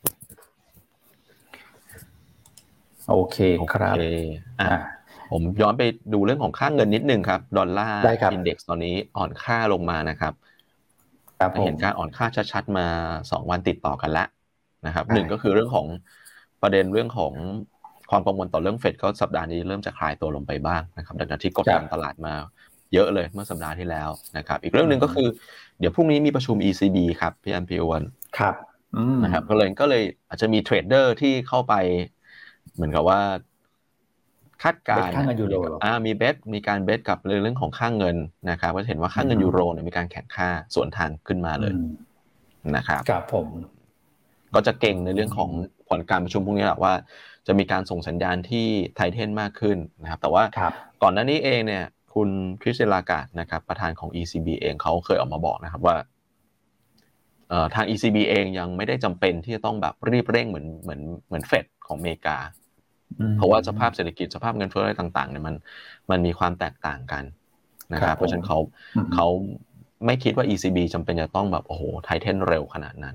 โอเคครับผมย้อนไปดูเรื่องของค่าเงินนิดนึงครับดอลลาร์อินเด็กซ์ตอนนี้อ่อนค่าลงมานะครับเห็นการอ่อนค่าชัดๆมา2วันติดต่อกันแล้วนะครับหนึ่งก็คือเรื่องของประเด็นเรื่องของความกังวลต่อเรื่องเฟดก็สัปดาห์นี้เริ่มจะคลายตัวลงไปบ้างนะครับดังนั้นที่กดดันตลาดมาเยอะเลยเมื่อสัปดาห์ที่แล้วนะครับอีกเรื่องนึงก็คือเดี๋ยวพรุ่งนี้มีประชุม ECB ครับพี่อันพี่อ้วนครับนะครับก็เลยอาจจะมีเทรดเดอร์ที่เข้าไปเหมือนกับว่าคาดการณ์มีการเบสกับเรื่องของค่าเงินนะครับก็เห็นว่าค่าเงินยูโรเนี่ยมีการแข่งค่าส่วนทางขึ้นมาเลยนะครับครับผมก็จะเก่งในเรื่องของผลการประชุมพวกนี้แหละว่าจะมีการส่งสัญญาณที่ไทเทนมากขึ้นนะครับแต่ว่าก่อนหน้านี้เองเนี่ยคุณคริสเตียนลาการ์ดนะครับประธานของ ECB เองเขาเคยออกมาบอกนะครับว่าทาง ECB เองยังไม่ได้จำเป็นที่จะต้องแบบรีบเร่งเหมือนเฟดของอเมริกาเพราะว่าสภาพเศรษฐกิจสภาพเงินเฟ้ออะไรต่างๆเนี่ยมันมีความแตกต่างกันนะครับเพราะฉะนั้นเขาไม่คิดว่า ECB จำเป็นจะต้องแบบโอ้โหไทเทนเร็วขนาดนั้น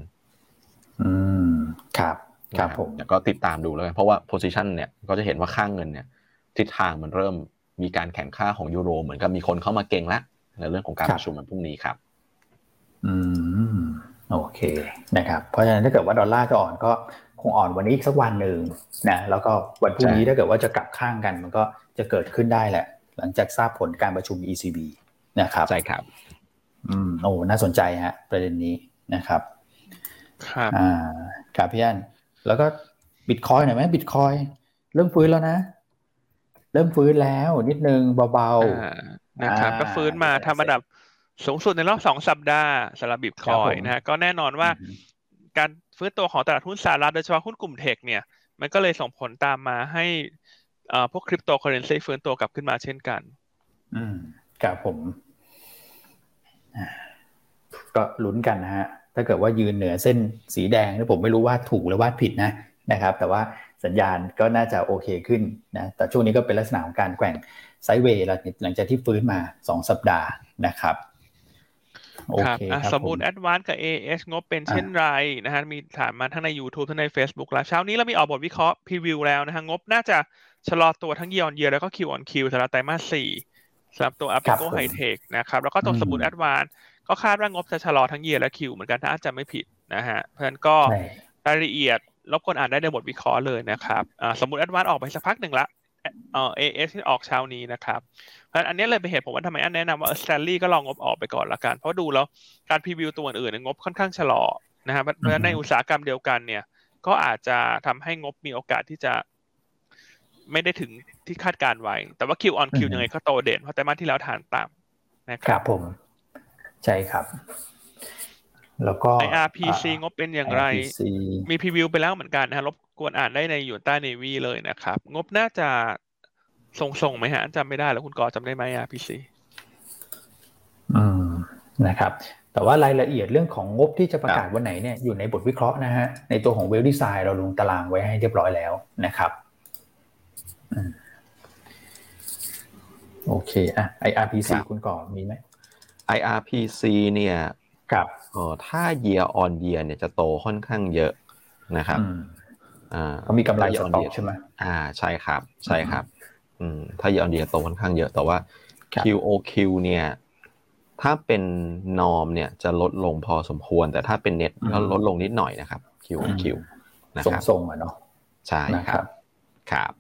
ครับผมแต่ก็ติดตามดูแล้วกันเพราะว่า position เนี่ยก็จะเห็นว่าค่าเงินเนี่ยทิศทางมันเริ่มมีการแข่งค่าของยูโรเหมือนกับมีคนเข้ามาเก็งแล้วในเรื่องของการประชุมวันพรุ่งนี้ครับโอเคนะครับเพราะฉะนั้นถ้าเกิดว่าดอลลาร์จะอ่อนก็คงอ่อนวันนี้อีกสักวันหนึ่งนะแล้วก็วันพรุ่งนี้ถ้าเกิดว่าจะกลับข้างกันมันก็จะเกิดขึ้นได้แหละหลังจากทราบผลการประชุม ECB นะครับใช่ครับโอ้น่าสนใจฮะประเด็นนี้นะครับครับครับพี่อันแล้วก็บิตคอยหน่อยไหมบิตคอยเริ่มฟื้นแล้วนะเริ่มฟื้นแล้วนิดนึงเบาๆนะครับก็ฟื้นมาทำอันดับสูงสุดในรอบ2สัปดาห์สำหรับบิตคอยนะฮะก็แน่นอนว่าการฟื้นตัวของตลาดหุ้นสหรัฐโดยเฉพาะหุ้นกลุ่มเทคเนี่ยมันก็เลยส่งผลตามมาให้พวกคริปโตเคอเรนซีฟื้นตัวกลับขึ้นมาเช่นกันครับผมก็ลุ้นกันนะฮะถ้าเกิดว่ายืนเหนือเส้นสีแดงนี่ผมไม่รู้ว่าถูกหรือว่าผิดนะครับแต่ว่าสัญญาณก็น่าจะโอเคขึ้นนะแต่ช่วงนี้ก็เป็นลักษณะของการแกว่งไซด์เวย์หลังจากที่ฟื้นมา2สัปดาห์นะครับโอเคครับสมุดแอดวานซ์กับ AS งบเป็นเช่นไรนะฮะมีถามมาทั้งใน YouTube ทั้งใน Facebook แล้วเช้านี้เรามีออกบทวิเคราะห์พรีวิวแล้วนะฮะงบน่าจะชะลอตัวทั้ง year on year แล้วก็ Q on Q สำหรับไตรมาส4สำหรับตัว Apico High-Tech นะครับแล้วก็ตัวสมุดแอดวานซ์ก็คาดว่างบจะชะลอทั้ง year และ Q เหมือนกันถ้าอาจจะไม่ผิดนะฮะเพราะฉะนั้นก็รายละเอียดรบกวนอ่านได้ในบทวิเคราะห์เลยนะครับสมุดแอดวานซ์ออกไปสักพักหนึ่งละAS ที่ออกเช้านี้นะครับเพราะฉะนั้นอันนี้เลยเป็นเหตุผมว่าทำไมอันแนะนำว่าStanleyก็ลองงบออกไปก่อนละกันเพราะดูแล้วการพรีวิวตัวอื่นงบค่อนข้างชะลอนะครับเพราะฉะนั้นในอุตสาหกรรมเดียวกันเนี่ยก็อาจจะทำให้งบมีโอกาสที่จะไม่ได้ถึงที่คาดการไว้แต่ว่า Q on Q ยังไงก็โตเด่นเพราะไตรมาสที่แล้วฐานต่ำนะครับผมใช่ครับแล้วก็ IRPC งบเป็นอย่างไรมีพรีวิวไปแล้วเหมือนกันนะรบกวนอ่านได้ในยูนต้าเนวี่เลยนะครับงบน่าจะส่งไหมฮะจำไม่ได้แล้วคุณกอจำได้ไหมIRPC นะครับแต่ว่ารายละเอียดเรื่องของงบที่จะประกาศวันไหนเนี่ยอยู่ในบทวิเคราะห์นะฮะในตัวของ Well Design เราลงตารางไว้ให้เรียบร้อยแล้วนะครับโอเคIRPC คุณก่อมีไหม IRPC เนี่ยถ้า year on year เนี่ยจะโตค่อนข้างเยอะนะครับเขามีกำไรสต็อกใช่ไหมใช่ครับถ้า year on year โตค่อนข้างเยอะแต่ว่า QOQ เนี่ยถ้าเป็น norm เนี่ยจะลดลงพอสมควรแต่ถ้าเป็น net ก็ลดลงนิดหน่อยนะครับ QOQ นะครับทรงๆเนาะใช่ครับ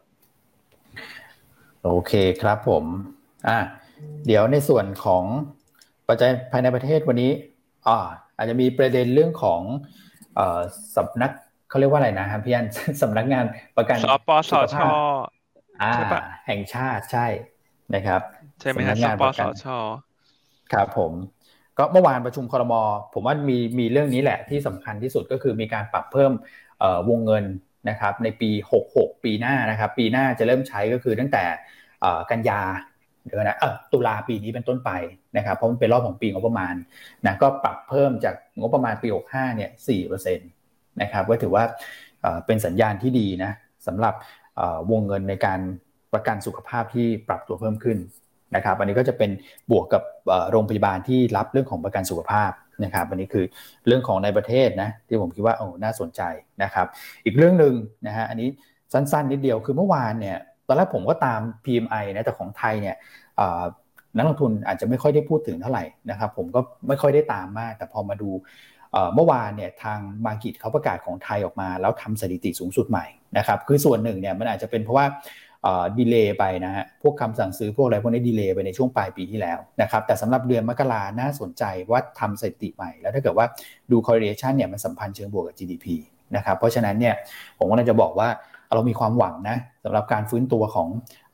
โอเคครับผมเดี๋ยวในส่วนของปัจจัยภายในประเทศวันนี้อาจจะมีประเด็นเรื่องของสำนักเขาเรียกว่าอะไรนะครับพี่อันสำนักงานประกันสปสช. แห่งชาติใช่นะครับใช่ไหมครับสปสช. ครับผมก็เมื่อวานประชุมครม.ผมว่ามีเรื่องนี้แหละที่สำคัญที่สุดก็คือมีการปรับเพิ่มวงเงินนะครับในปี66ปีหน้านะครับปีหน้าจะเริ่มใช้ก็คือตั้งแต่กันยาเดี๋ยวนะตุลาปีนี้เป็นต้นไปนะครับเพราะมันเป็นรอบของปีงบประมาณนะก็ปรับเพิ่มจากงบประมาณปี65เนี่ย 4% นะครับก็ถือว่าเป็นสัญญาณที่ดีนะสำหรับวงเงินในการประกันสุขภาพที่ปรับตัวเพิ่มขึ้นนะครับอันนี้ก็จะเป็นบวกกับโรงพยาบาลที่รับเรื่องของประกันสุขภาพนะครับอันนี้คือเรื่องของในประเทศนะที่ผมคิดว่าน่าสนใจนะครับอีกเรื่องนึงนะฮะอันนี้สั้นๆนิดเดียวคือเมื่อวานเนี่ยตอนแรกผมก็ตาม PMI นะแต่ของไทยเนี่ยนักลงทุนอาจจะไม่ค่อยได้พูดถึงเท่าไหร่นะครับผมก็ไม่ค่อยได้ตามมากแต่พอมาดูเมื่อวานเนี่ยทางมาร์เก็ตเขาประกาศของไทยออกมาแล้วทำสถิติสูงสุดใหม่นะครับคือส่วนหนึ่งเนี่ยมันอาจจะเป็นเพราะว่าดีเลย์ไปนะฮะพวกคำสั่งซื้อพวกอะไรพวกนี้ดีเลย์ไปในช่วงปลายปีที่แล้วนะครับแต่สำหรับเดือนมกราน่าสนใจว่าทำสถิติใหม่แล้วถ้าเกิดว่าดู correlation เนี่ยมันสัมพันธ์เชิงบวกกับ GDP นะครับเพราะฉะนั้นเนี่ยผมก็จะบอกว่าเรามีความหวังนะสำหรับการฟื้นตัวของ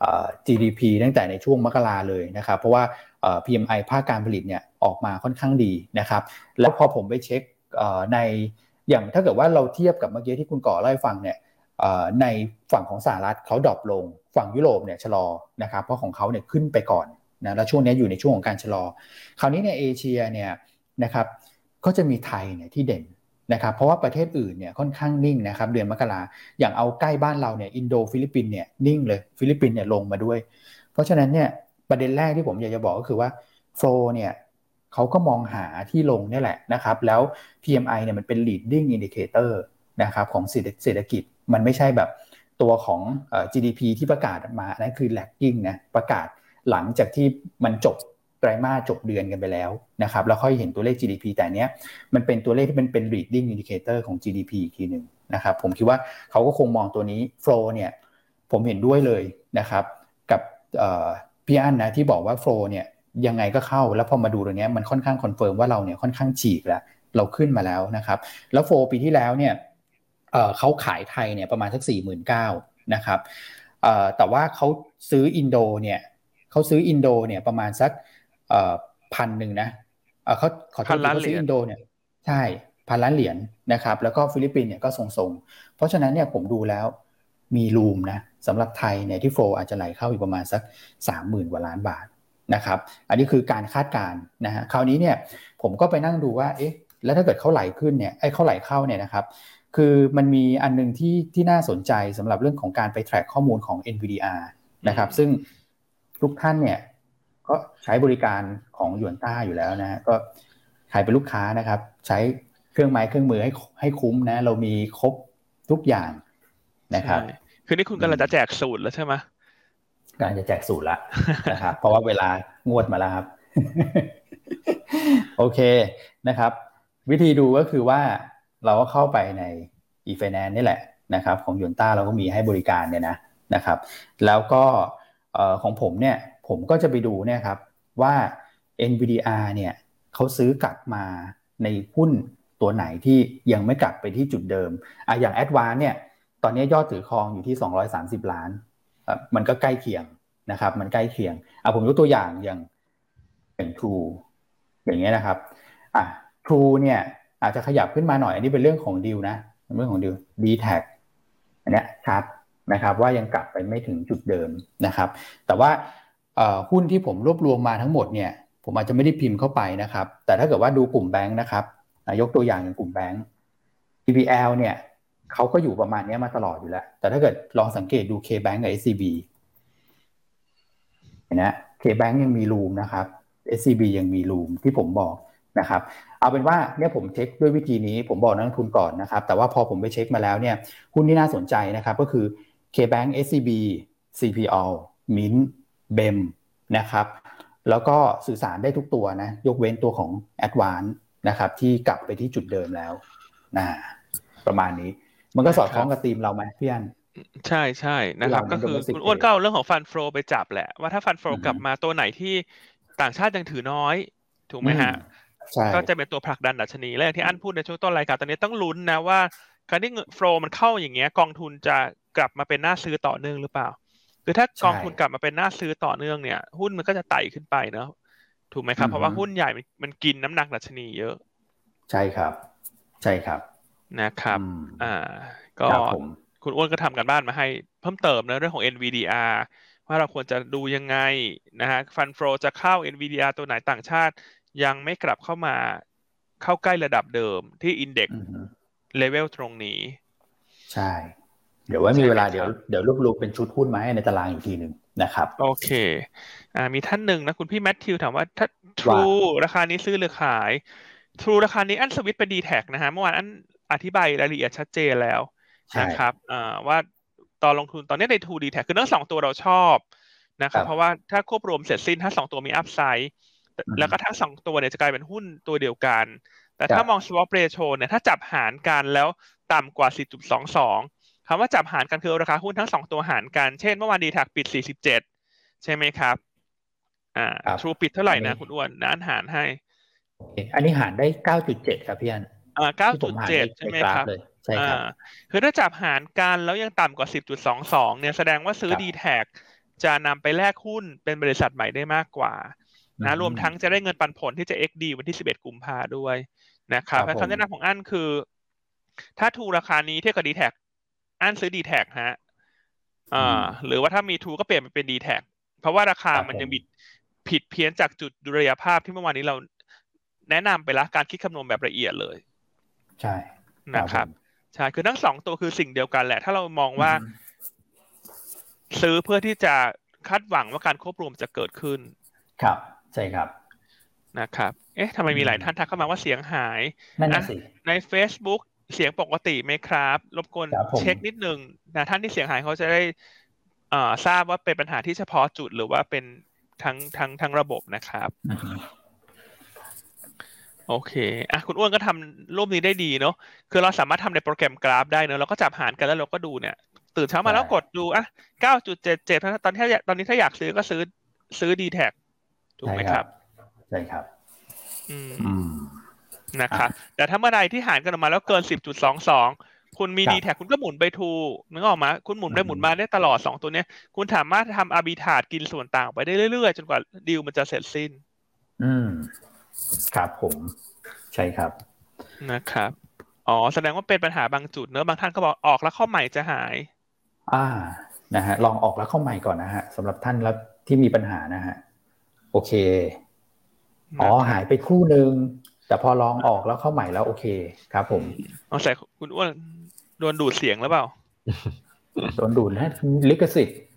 GDP ตั้งแต่ในช่วงมกราเลยนะครับเพราะว่าPMI ภาคการผลิตเนี่ยออกมาค่อนข้างดีนะครับแล้วพอผมไปเช็คในอย่างถ้าเกิดว่าเราเทียบกับเมื่อกี้ที่คุณก่อเล่าให้ฟังเนี่ยในฝั่งของสหรัฐเขาดรอปลงฝั่งยุโรปเนี่ยชะลอนะครับเพราะของเขาเนี่ยขึ้นไปก่อนนะแล้วช่วงนี้อยู่ในช่วงของการชะลอคราวนี้ในเอเชียเนี่ยนะครับก็จะมีไทยเนี่ยที่เด่นนะครับเพราะว่าประเทศอื่นเนี่ยค่อนข้างนิ่งนะครับเดือนมกราอย่างเอาใกล้บ้านเราเนี่ยอินโดฟิลิปปินส์เนี่ยนิ่งเลยฟิลิปปินส์เนี่ยลงมาด้วยเพราะฉะนั้นเนี่ยประเด็นแรกที่ผมอยากจะบอกก็คือว่าโฟล์เนี่ยเขาก็มองหาที่ลงนี่แหละนะครับแล้ว PMI เนี่ยมันเป็น leading indicator นะครับของเศรษฐกิจมันไม่ใช่แบบตัวของGDP ที่ประกาศออกมาอันนั้นคือ lagging นะประกาศหลังจากที่มันจบไตรมาสจบเดือนกันไปแล้วนะครับแล้วค่อยเห็นตัวเลข GDP แต่เนี้ยมันเป็นตัวเลขที่เป็น leading indicator ของ GDP อีกทีหนึ่งนะครับผมคิดว่าเขาก็คงมองตัวนี้ flow เนี่ยผมเห็นด้วยเลยนะครับกับพี่อั้นนะที่บอกว่า flow เนี่ยยังไงก็เข้าแล้วพอมาดูตัวเนี้ยมันค่อนข้างคอนเฟิร์มว่าเราเนี่ยค่อนข้างฉีกแล้วเราขึ้นมาแล้วนะครับแล้ว flow ปีที่แล้วเนี่ยเขาขายไทยเนี่ยประมาณสัก 49,000 นะครับแต่ว่าเขาซื้ออินโดเนี่ยประมาณสัก1,000นะเขาขอโทษทีเขาซื้ออินโดเนี่ยใช่1,000 ล้านเหรียญนะครับแล้วก็ฟิลิปปินส์เนี่ยก็ทรงๆเพราะฉะนั้นเนี่ยผมดูแล้วมีรูมนะสำหรับไทยเนี่ยที่โฟอาจจะไหลเข้าอีกประมาณสัก 30,000 กว่าล้านบาทนะครับอันนี้คือการคาดการณ์นะฮะคราวนี้เนี่ยผมก็ไปนั่งดูว่าเอ๊ะแล้วถ้าเกิดเขาไหลขึ้นเนี่ยเขาไหลเข้าเนี่ยนะครับคือมันมีอันนึงที่น่าสนใจสำหรับเรื่องของการไป track ข้อมูลของ NVDR นะครับซึ่งทุกท่านเนี่ยก็ใช้บริการของหยวนต้าอยู่แล้วนะก็ใครเป็นลูกค้านะครับใช้เครื่องไม้เครื่องมือให้คุ้มนะเรามีครบทุกอย่างนะครับคือนี่คุณกำลังจะแจกสูตรแล้วใช่ไหมกำลังจะแจกสูตรละนะครับเพราะว่าเวลางวดมาแล้วครับ โอเคนะครับวิธีดูก็คือว่าเราก็เข้าไปใน e-finance นี่แหละนะครับของหยวนต้าเราก็มีให้บริการเนี่ยนะครับแล้วก็ของผมเนี่ยผมก็จะไปดูเนี่ยครับว่า NVDR เนี่ยเขาซื้อกลับมาในหุ้นตัวไหนที่ยังไม่กลับไปที่จุดเดิมอย่าง Advance เนี่ยตอนนี้ยอดถือครองอยู่ที่230 ล้านมันก็ใกล้เคียงนะครับมันใกล้เคียงผมยกตัวอย่างอย่างTrue อย่างเงี้ยนะครับTrue เนี่ยอาจจะขยับขึ้นมาหน่อยอันนี้เป็นเรื่องของดีลนะเรื่องของดีล D-Tag อันเนี้ยชัดนะครับว่ายังกลับไปไม่ถึงจุดเดิมนะครับแต่ว่าหุ้นที่ผมรวบรวมมาทั้งหมดเนี่ยผมอาจจะไม่ได้พิมพ์เข้าไปนะครับแต่ถ้าเกิดว่าดูกลุ่มแบงค์นะครับยกตัวอย่างอย่างกลุ่มแบงค์ TPL เนี่ยเขาก็อยู่ประมาณนี้มาตลอดอยู่แล้วแต่ถ้าเกิดลองสังเกตดู KBank กับ SCB เห็นนะ KBank ยังมีรูมนะครับ SCB ยังมีรูมที่ผมบอกนะครับเอาเป็นว่าเนี่ยผมเช็คด้วยวิธีนี้ผมบอกนักลงทุนก่อนนะครับแต่ว่าพอผมไปเช็คมาแล้วเนี่ยหุ้นที่น่าสนใจนะครับก็คือ KBank SCB CPO Mint BEM นะครับแล้วก็สื่อสารได้ทุกตัวนะยกเว้นตัวของ Advance นะครับที่กลับไปที่จุดเดิมแล้วประมาณนี้มันก็สอดคล้องกับธีมเราไหมพี่อันใช่ใช่นะครับก็คือคุณอ้วนก็เอาเรื่องของฟันโฟไปจับแหละว่าถ้าฟันโฟกลับมาตัวไหนที่ต่างชาติยังถือน้อยถูกไหมฮะก็จะเป็นตัวผลักดันดัชนีและอย่างที่อั้นพูดในช่วงต้นรายการตอนนี้ต้องลุ้นนะว่าการที่โฟมันเข้าอย่างเงี้ยกองทุนจะกลับมาเป็นน่าซื้อต่อเนื่องหรือเปล่าคือถ้ากองทุนกลับมาเป็นน่าซื้อต่อเนื่องเนี่ยหุ้นมันก็จะไต่ขึ้นไปเนาะถูกไหมครับเพราะว่าหุ้นใหญ่มันกินน้ำหนักดัชนีเยอะใช่ครับใช่ครับนะครับก็คุณอ้วนก็ทำกันบ้านมาให้เพิ่มเติมในเรื่องของ NVDR เพว่าเราควรจะดูยังไงนะฮะฟันโฟจะเข้า Nvidia ตัวไหนต่างชาติยังไม่กลับเข้ามาเข้าใกล้ระดับเดิมที่ Index Level ตรงนี้ใช่เดี๋ยวว่ามีเวลาเดี๋ยวรวบรวมเป็นชุดหุ้นมาให้ในตารางอีกทีหนึ่งนะครับโอเคมีท่านหนึ่งนะคุณพี่แมทธิวถามว่าถ้า True ราคานี้ซื้อหรือขาย True ราคานี้อันสวิตช์ไป D-Tag นะฮะเมื่อวานอันอธิบายรายละเอียดชัดเจนแล้วนะครับว่าตอนลงทุนตอนนี้ใน True D-Tag คือทั้ง2ตัวเราชอบนะครับเพราะว่าถ้าควบรวมเสร็จสิ้นถ้า2ตัวมีอัพไซด์แล้วก็ทั้ง2ตัวเนี่ยจะกลายเป็นหุ้นตัวเดียวกันแต่ถ้ามอง swap ratio เนี่ยถ้าจับหารกันแล้วต่ำกว่า 4.22 คำว่าจับหารกันคือราคาหุ้นทั้ง2ตัวหารกันเช่นเมื่อวาน D-Tag ปิด47ใช่ไหมครับTrue ปิดเท่าไหร่นะคุณอ้วนนะอันหารให้อันนี้หารได้ 9.7 ครับพี่อัน 9.7 ใช่ไหมครับใช่ครับคือถ้าจับหารกันแล้วยังต่ำกว่า 10.22 เนี่ยแสดงว่าซื้อ D-Tag จะนำไปแลกหุ้นเป็นบริษัทใหม่ได้มากกว่านะรวมทั้งจะได้เงินปันผลที่จะ XD วันที่11กุมภาพันธ์ด้วยนะครับคำแนะนำของอันคือถ้า True ราคานี้เทียบกับ D-Tag อันซื้อ D-Tag ฮะหรือว่าถ้ามี True ก็เปลี่ยนเป็น D-Tag เพราะว่าราคามันยังผิดเพี้ยนจากจุดดุลยภาพที่เมื่อวานนี้เราแนะนำไปแล้วการคิดคำนวณแบบละเอียดเลยใช่นะครับใช่คือทั้ง2ตัวคือสิ่งเดียวกันแหละถ้าเรามองว่าซื้อเพื่อที่จะคาดหวังว่าการควบรวมจะเกิดขึ้นครับใช่ครับนะครับทำไมมีหลายท่านทักเข้ามาว่าเสียงหายนะใน Facebook เสียงปกติไหมครับรบกวนเช็คนิดนึงนะท่านที่เสียงหายเขาจะได้ทราบว่าเป็นปัญหาที่เฉพาะจุดหรือว่าเป็นทั้งระบบนะครับโอเคคุณอ้วนก็ทำรูปนี้ได้ดีเนาะคือเราสามารถทำในโปรแกรมกราฟได้เนอะเราก็จับหารกันแล้วเราก็ดูเนี่ยตื่นเช้ามาแล้วกดดู9.77 ตอนนี้ถ้าอยากซื้อก็ซื้อ D-Tag ถูกไหมครับใช่ครับนะครับแต่ถ้าเมื่อใดที่หารกันออกมาแล้วเกิน 10.22 คุณมี D-Tag คุณก็หมุนไปทูนึกออกมั้ยคุณหมุนไปหมุนมาได้ตลอด2ตัวนี้คุณสามารถทำ arbitrage กินส่วนต่างไปได้เรื่อยๆจนกว่าดีลมันจะเสร็จสิ้นครับผมใช่ครับนะครับแสดงว่าเป็นปัญหาบางจุดเนอะบางท่านก็บอกออกแล้วเข้าใหม่จะหายนะฮะลองออกแล้วเข้าใหม่ก่อนนะฮะสำหรับท่านแล้วที่มีปัญหานะฮะโอเคหายไปครู่นึงแต่พอลองออกแล้วเข้าใหม่แล้วโอเคครับผมใส่คุณอ้วนโดนดูดเสียงหรือเปล่าโดนดูดนะลิขสิทธิ์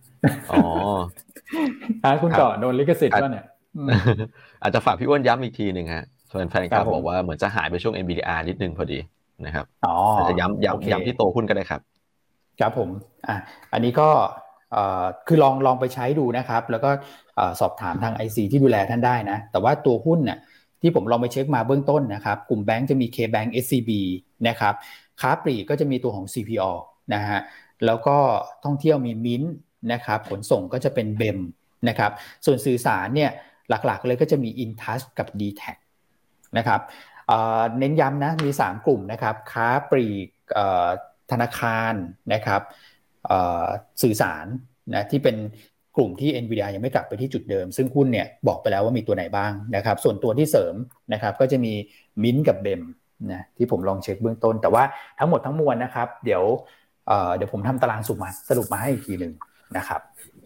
คุณต่อโดนลิขสิทธิ์ป่ะเนี่ยอาจจะฝากพี่อ้วนย้ำอีกทีหนึ่งฮะส่วนแฟนคลับบอกว่าเหมือนจะหายไปช่วง NVDA นิดนึงพอดีนะครับอาจจะย้ำที่โตหุ้นก็ได้ครับครับผมอันนี้ก็คือลองไปใช้ดูนะครับแล้วก็สอบถามทาง IC ที่ดูแลท่านได้นะแต่ว่าตัวหุ้นเนี่ยที่ผมลองไปเช็คมาเบื้องต้นนะครับกลุ่มแบงก์จะมี KBank SCB นะครับค้าปลีกก็จะมีตัวของ CPO นะฮะแล้วก็ท่องเที่ยวมีมิ้นท์นะครับขนส่งก็จะเป็น BEM นะครับส่วนสื่อสารเนี่ยหลักๆเลยก็จะมี InTouch กับ D-Tag นะครับเน้นย้ำนะมี3กลุ่มนะครับค้าปลีกธนาคารนะครับสื่อสารนะที่เป็นกลุ่มที่ Nvidia ยังไม่กลับไปที่จุดเดิมซึ่งหุ้นเนี่ยบอกไปแล้วว่ามีตัวไหนบ้างนะครับส่วนตัวที่เสริมนะครับก็จะมี Mint กับ BEM นะที่ผมลองเช็คเบื้องต้นแต่ว่าทั้งหมดทั้งมวลนะครับเดี๋ยวผมทำตารางสรุปมาให้อีกทีนึงนะครับ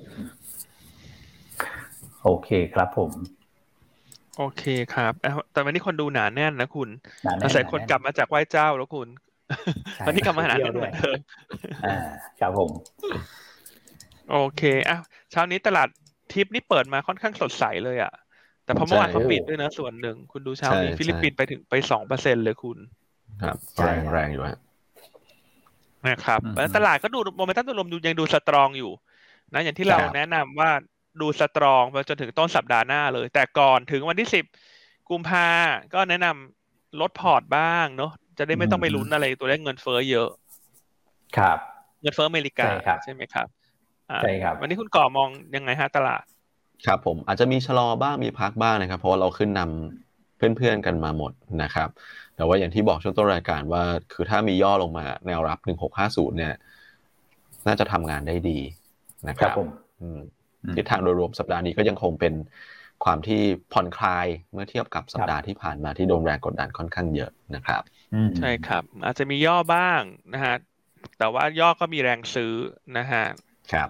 โอเคครับผมโอเคครับแต่วันนี้คนดูหนาแน่นนะคุณอาศัยคนกลับมาจากไหว้เจ้าแล้วคุณวันนี้กลับมาหนาแน่นเหมือนเดิมครับผมโอเคเช้านี้ตลาดทิปนี่เปิดมาค่อนข้างสดใสเลยแต่พอเมื่อวานเขาปิดด้วยนะส่วนหนึ่งคุณดูเช้านี้ฟิลิปปินส์ไป 2% เลยคุณครับแรงอยู่นะครับแล้วตลาดก็ดูโมเมนตัมโดยรวมยังดูสตรองอยู่นะอย่างที่เราแนะนำว่าดูสตรองไปจนถึงต้นสัปดาห์หน้าเลยแต่ก่อนถึงวันที่10กุมภาก็แนะนำลดพอร์ตบ้างเนาะจะได้ไม่ต้องไปลุ้นอะไรตัวเลขเงินเฟ้อเยอะครับเงินเฟ้ออเมริกาใช่ไหมครับใช่ครับวันนี้คุณก่อมองยังไงฮะตลาดครับผมอาจจะมีชะลอบ้างมีพักบ้างนะครับเพราะว่าเราขึ้นนำเพื่อนๆกันมาหมดนะครับแต่ว่าอย่างที่บอกช่วงต้นรายการว่าคือถ้ามีย่อลงมาแนวรับ1650เนี่ยน่าจะทำงานได้ดีนะครับทิศทางโดยรวมสัปดาห์นี้ก็ยังคงเป็นความที่ผ่อนคลายเมื่อเทียบกับสัปดาห์ที่ผ่านมาที่โดนแรงกดดันค่อนข้างเยอะนะครับใช่ครับอาจจะมีย่อบ้างนะฮะแต่ว่าย่อก็มีแรงซื้อนะฮะครับ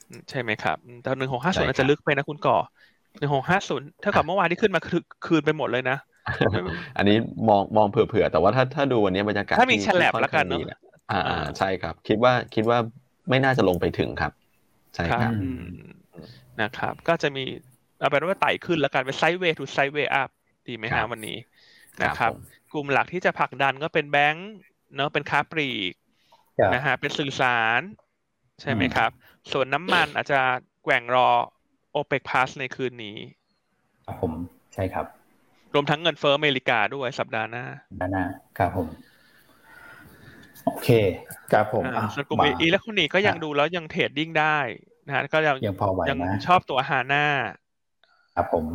ใช่ไหมครับแต่1650อาจใช่ครัจะบลึกไปนะคุณก่อ1650เท่ากับเมื่อวานที่ขึ้นมาคืนไปหมดเลยนะอันนี้มองเผื่อๆแต่ว่าถ้าดูวันนี้บรรยากาศถ้ามีที่ฉลับค่อนแล้วกัข้าน งเนาะดีเนี่ยใช่ครับคิดว่าไม่น่าจะลงไปถึงครับใช่คครัรับบ นะครับก็จะมีเอาเป็นว่าไต่ขึ้นแล้วกันเป็นไซด์เวย์ทูไซด์เวย์อัพดีไหมครัฮะบวันนี้ครันะบครับผมกลุ่มหลักที่จะผลักดันก็เป็นแบงก์เนาะเป็นค้าปลีกครับนะฮะเป็นสื่อสารใช่ไหมครับ ส่วนน้ำมันอาจจะแกว่งรอ OPEC Plus ในคืนนี้ครับผมใช่ครับรวมทั้งเงินเฟ้ออเมริกาด้วยสัปดาห์หน้าด้านหน้าครับผมโอเคครับผมส่วนกลุ่มอิเล็กทรอนิกส์ก็ยังดูแล้วยังเทรดดิ้งได้นะฮะก็ยังพอไหวยังนะชอบตัวฮาน่าครับผม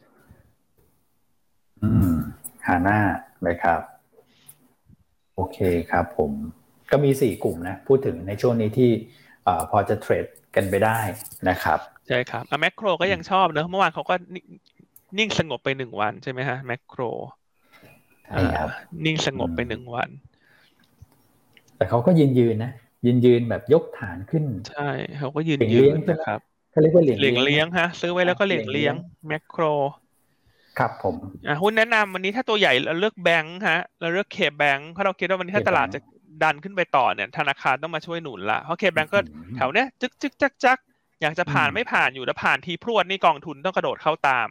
ฮาน่าเลยครับ โอเคครับผมก็มี4กลุ่มนะพูดถึงในช่วงนี้ที่พอจะเทรดกันไปได้นะครับใช่ครับแมคโครก็ยังชอบเนอะเมื่อวานเขาก็นิ่งสงบไป1 วันใช่ไหมฮะแมคโครใช่ครับนิ่งสงบไป1 วันแต่เขาก็ยืนนะยืนแบบยกฐานขึ้นใช่เขาก็ยืนนะครับเขาเรียกว่าเหลี่ยงเลี้ยงฮะซื้อไว้แล้วก็เหลี่ยงแมคโครครับผมหุ้นแนะนำวันนี้ถ้าตัวใหญ่เราเลือกแบงค์ฮะเราเลือกเคแบงค์เพราะเราคิดว่าวันนี้ถ้าตลาดจะดันขึ้นไปต่อเนี่ยธนาคารต้องมาช่วยหนุนละเพราะเคแบงค์ก็แถวเนี้ยจึ๊กอยากจะผ่านไม่ผ่านอยู่แล้วผ่านทีพรวดนี่กองทุนต้องกระโดดเข้าตาม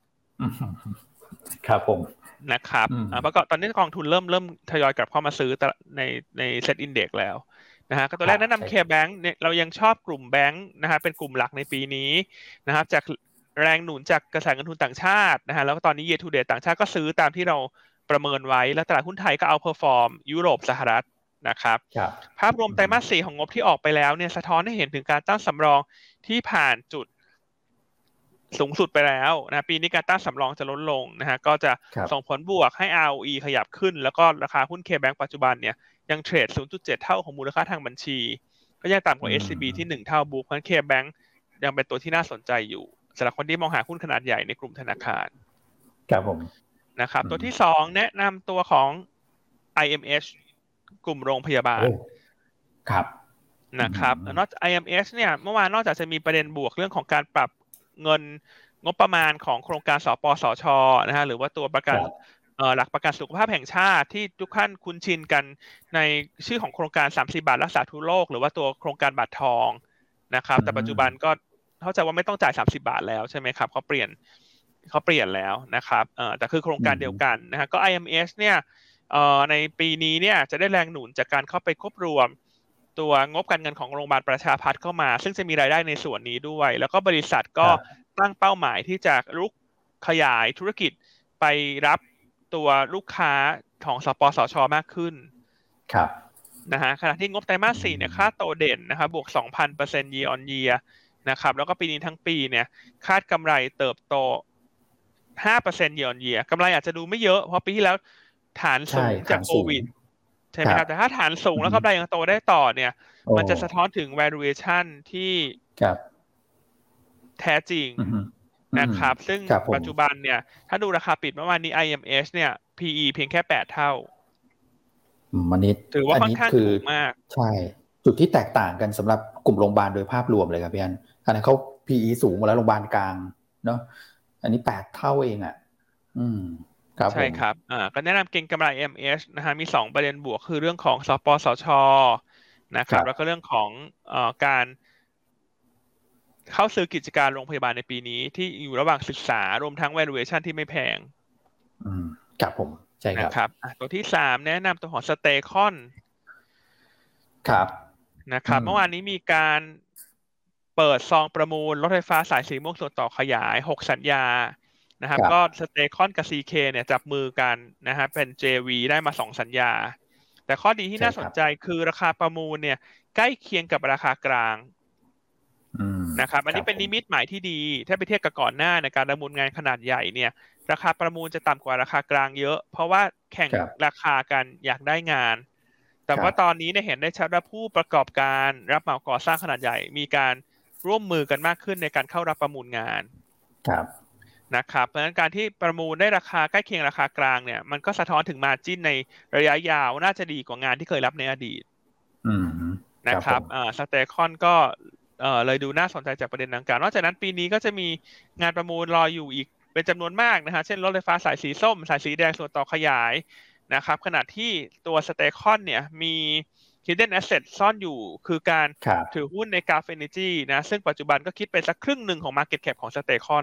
ครับผมนะครับประกอบตอนนี้กองทุนเริ่มทยอยกลับเข้ามาซื้อในเซ็ตอินเด็กซ์แล้วนะฮะก็ตัวแรกแนะนำเคแบงค์เนี่ยเรายังชอบกลุ่มแบงค์นะฮะเป็นกลุ่มหลักในปีนี้นะครับจากแรงหนุนจากกระแสเงินทุนต่างชาตินะฮะแล้วก็ตอนนี้ year to date ต่างชาติก็ซื้อตามที่เราประเมินไว้แล้วตลาดหุ้นไทยก็เอาเพอร์ฟอร์มยุโรปสหรัฐนะครับภาพรวมไตรมาส 4ของงบที่ออกไปแล้วเนี่ยสะท้อนให้เห็นถึงการตั้งสำรองที่ผ่านจุดสูงสุดไปแล้วนะปีนี้การตั้งสำรองจะลดลงนะฮะก็จะส่งผลบวกให้ ROE ขยับขึ้นแล้วก็ราคาหุ้น KBank ปัจจุบันเนี่ยยังเทรด 0.7 เท่าของมูลค่าทางบัญชีก็ยังต่ำกว่า SCB ที่1เท่าบุ๊กเพราะ KBank ยังเป็นตัวที่น่าสนใจอยู่สำหรับคนที่มองหาหุ้นขนาดใหญ่ในกลุ่มธนาคารครับผมนะครับตัวที่2แนะนำตัวของ IMH กลุ่มโรงพยาบาลครับนะครับนอกจาก IMH เนี่ยเมื่อวานนอกจากจะมีประเด็นบวกเรื่องของการปรับเงินงบประมาณของโครงการสปสช.นะฮะหรือว่าตัวประกันหลักประกันสุขภาพแห่งชาติที่ทุกท่านคุ้นชินกันในชื่อของโครงการ30 บาทรักษาทุกโรคหรือว่าตัวโครงการบัตรทองนะครับแต่ปัจจุบันก็เข้าใจว่าไม่ต้องจ่าย30 บาทแล้วใช่ไหมครับเขาเปลี่ยนแล้วนะครับแต่คือโครงการเดียวกันนะฮะก็ IMH เนี่ยในปีนี้เนี่ยจะได้แรงหนุนจากการเข้าไปควบรวมตัวงบการเงินของโรงพยาบาลประชาภัฏเข้ามาซึ่งจะมีรายได้ในส่วนนี้ด้วยแล้วก็บริษัทก็ตั้งเป้าหมายที่จะรุกขยายธุรกิจไปรับตัวลูกค้าของสปสช.มากขึ้นครับนะฮะขณะที่งบไตรมาส 4เนี่ยค่าโตเด่นนะครับบวก 2,000% year on year นะครับแล้วก็ปีนี้ทั้งปีเนี่ยคาดกำไรเติบโต 5% year on year กำไรอาจจะดูไม่เยอะเพราะปีที่แล้วฐานสูงจากโควิดใช่ไหมครับแต่ถ้าฐานสูงแล้วกำไรยังโตได้ต่อเนี่ยมันจะสะท้อนถึง valuation ที่แท้จริงนะครับซึ่งปัจจุบันเนี่ยถ้าดูราคาปิดเมื่อวานนี้ IMH เนี่ย PE เพียงแค่8 เท่ามันนี้ถือว่าค่อนข้างถูกมากใช่จุดที่แตกต่างกันสำหรับกลุ่มโรงพยาบาลโดยภาพรวมเลยครับพี่อันอันนั้นเขา PE สูงกว่าแล้วโรงพยาบาลกลางเนาะอันนี้8 เท่าเองอ่ะใช่ครับก็แนะนำเก็งกำไร IMH นะฮะมี2ประเด็นบวกคือเรื่องของสปสช.นะครับแล้วก็เรื่องของการเข้าซื้อกิจการโรงพยาบาลในปีนี้ที่อยู่ระหว่างศึกษารวมทั้ง valuation ที่ไม่แพงครับผมใช่ครับนะครับตัวที่3แนะนำตัวของสเตคอนครับนะครับเมื่อวานนี้มีการเปิดซองประมูลรถไฟฟ้าสายสีม่วงส่วนต่อขยาย6 สัญญานะครับก็สเตคอนกับ CK เนี่ยจับมือกันนะฮะเป็น JV ได้มา2 สัญญาแต่ข้อดีที่น่าสนใจคือราคาประมูลเนี่ยใกล้เคียงกับราคากลางนะครับอันนี้เป็นนิมิตหมายที่ดีถ้าไปเทียบกับก่อนหน้าในการประมูลงานขนาดใหญ่เนี่ยราคาประมูลจะต่ำกว่าราคากลางเยอะเพราะว่าแข่งราคากันอยากได้งานแต่ว่าตอนนี้เนี่ยเห็นได้ชัดว่าผู้ประกอบการรับเหมาก่อสร้างขนาดใหญ่มีการร่วมมือกันมากขึ้นในการเข้ารับประมูลงานนะครับเพราะฉะนั้นการที่ประมูลได้ราคาใกล้เคียงราคากลางเนี่ยมันก็สะท้อนถึงมาร์จิ้นในระยะยาวน่าจะดีกว่างานที่เคยรับในอดีตนะครับสเตคอนก็เลยดูน่าสนใจจากประเด็นดังกล่าวนอกจากนั้นปีนี้ก็จะมีงานประมูลรออยู่อีกเป็นจำนวนมากนะฮะเช่นรถไฟฟ้าสายสีส้มสายสีแดงส่วนต่อขยายนะครับขณะที่ตัวสเตคอนเนี่ยมี hidden asset ซ่อนอยู่คือการถือหุ้นใน Gulf Energy นะซึ่งปัจจุบันก็คิดเป็นสักครึ่งหนึ่งของ market cap ของสเตคอน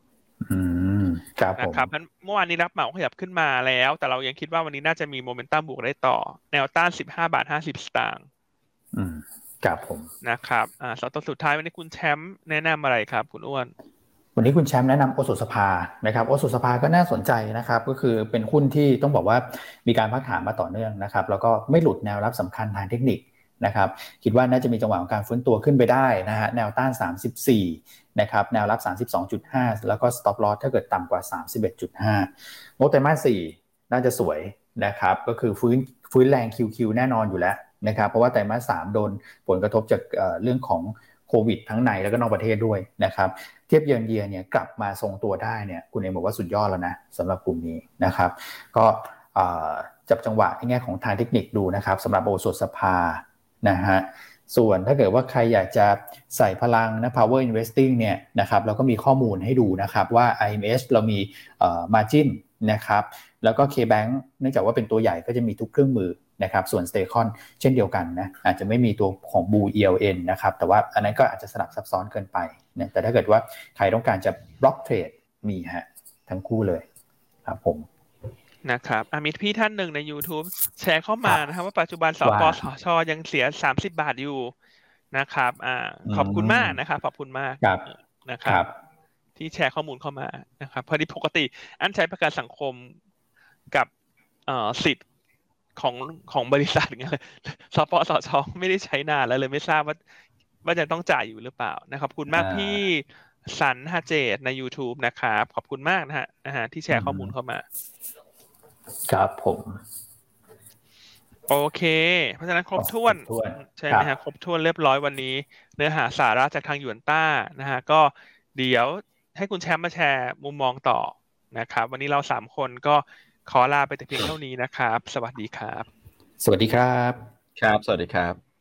นะครับเมื่อวานนี้รับเหมาขยับขึ้นมาแล้วแต่เรายังคิดว่าวันนี้น่าจะมีโมเมนตัมบวกได้ต่อแนวต้าน15.50 สตางค์ครับผมนะครับสตัวสุดท้ายวันนี้คุณแชมป์แนะนำอะไรครับคุณอ้วนวันนี้คุณแชมป์แนะนำโอสุสภานะครับโอสุสภาก็น่าสนใจนะครับก็คือเป็นหุ้นที่ต้องบอกว่ามีการพักฐานมาต่อเนื่องนะครับแล้วก็ไม่หลุดแนวรับสำคัญทางเทคนิคนะครับคิดว่าน่าจะมีจังหวะของการฟื้นตัวขึ้นไปได้นะฮะแนวต้าน34นะครับแนวรับ 32.5 แล้วก็ stop loss ถ้าเกิดต่ำกว่า 31.5 งบไตรมาส 4น่าจะสวยนะครับก็คือฟื้นแรง QQ แน่นอนอยู่แล้วนะครับเพราะว่าไตรมาส 3โดนผลกระทบจากเรื่องของโควิดทั้งในแล้วก็นอกประเทศด้วยนะครับเทียบเยือนเยียเนี่ยกลับมาทรงตัวได้เนี่ยคุณเองบอกว่าสุดยอดแล้วนะสำหรับกลุ่มนี้นะครับก็จับจังหวะในแง่ของทางเทคนิคดูนะครับสำหรับโอสุสภานะฮะส่วนถ้าเกิดว่าใครอยากจะใส่พลังนะ power investing เนี่ยนะครับเราก็มีข้อมูลให้ดูนะครับว่า IMS เรามีmargin นะครับแล้วก็ KBank เนื่องจากว่าเป็นตัวใหญ่ก็จะมีทุกเครื่องมือนะครับส่วน Staycon เช่นเดียวกันนะอาจจะไม่มีตัวของ Blue ELN นะครับแต่ว่าอันนั้นก็อาจจะสลับซับซ้อนเกินไปนะแต่ถ้าเกิดว่าใครต้องการจะ block trade มีฮะทั้งคู่เลยครับผมนะครับมีพี่ท่านหนึ่งใน YouTube แชร์เข้ามานะครับว่าปัจจุบันสปสช.ยังเสีย30 บาทอยู่นะครับขอบคุณมากนะครับขอบคุณมากนะครับที่แชร์ข้อมูลเข้ามานะครับพอดีปกติอันใช้ประกันสังคมกับสิทธิ์ของบริษัทไงสปสช.ไม่ได้ใช้นานแล้วเลยไม่ทราบว่าจะต้องจ่ายอยู่หรือเปล่านะครับขอบคุณมากพี่สันหเจตใน YouTube นะครับขอบคุณมากนะฮะที่แชร์ข้อมูลเข้ามาครับผมโอเคเพราะฉะนั้นครบถ้วนใช่ไหมฮะครบถ้วนเรียบร้อยวันนี้เนื้อหาสาระจากทางหยวนต้านะฮะก็เดี๋ยวให้คุณแชมป์มาแชร์มุมมองต่อนะครับวันนี้เรา3คนก็ขอลาไปแต่เพียงเท่านี้นะครับสวัสดีครับสวัสดีครับครับสวัสดีครับ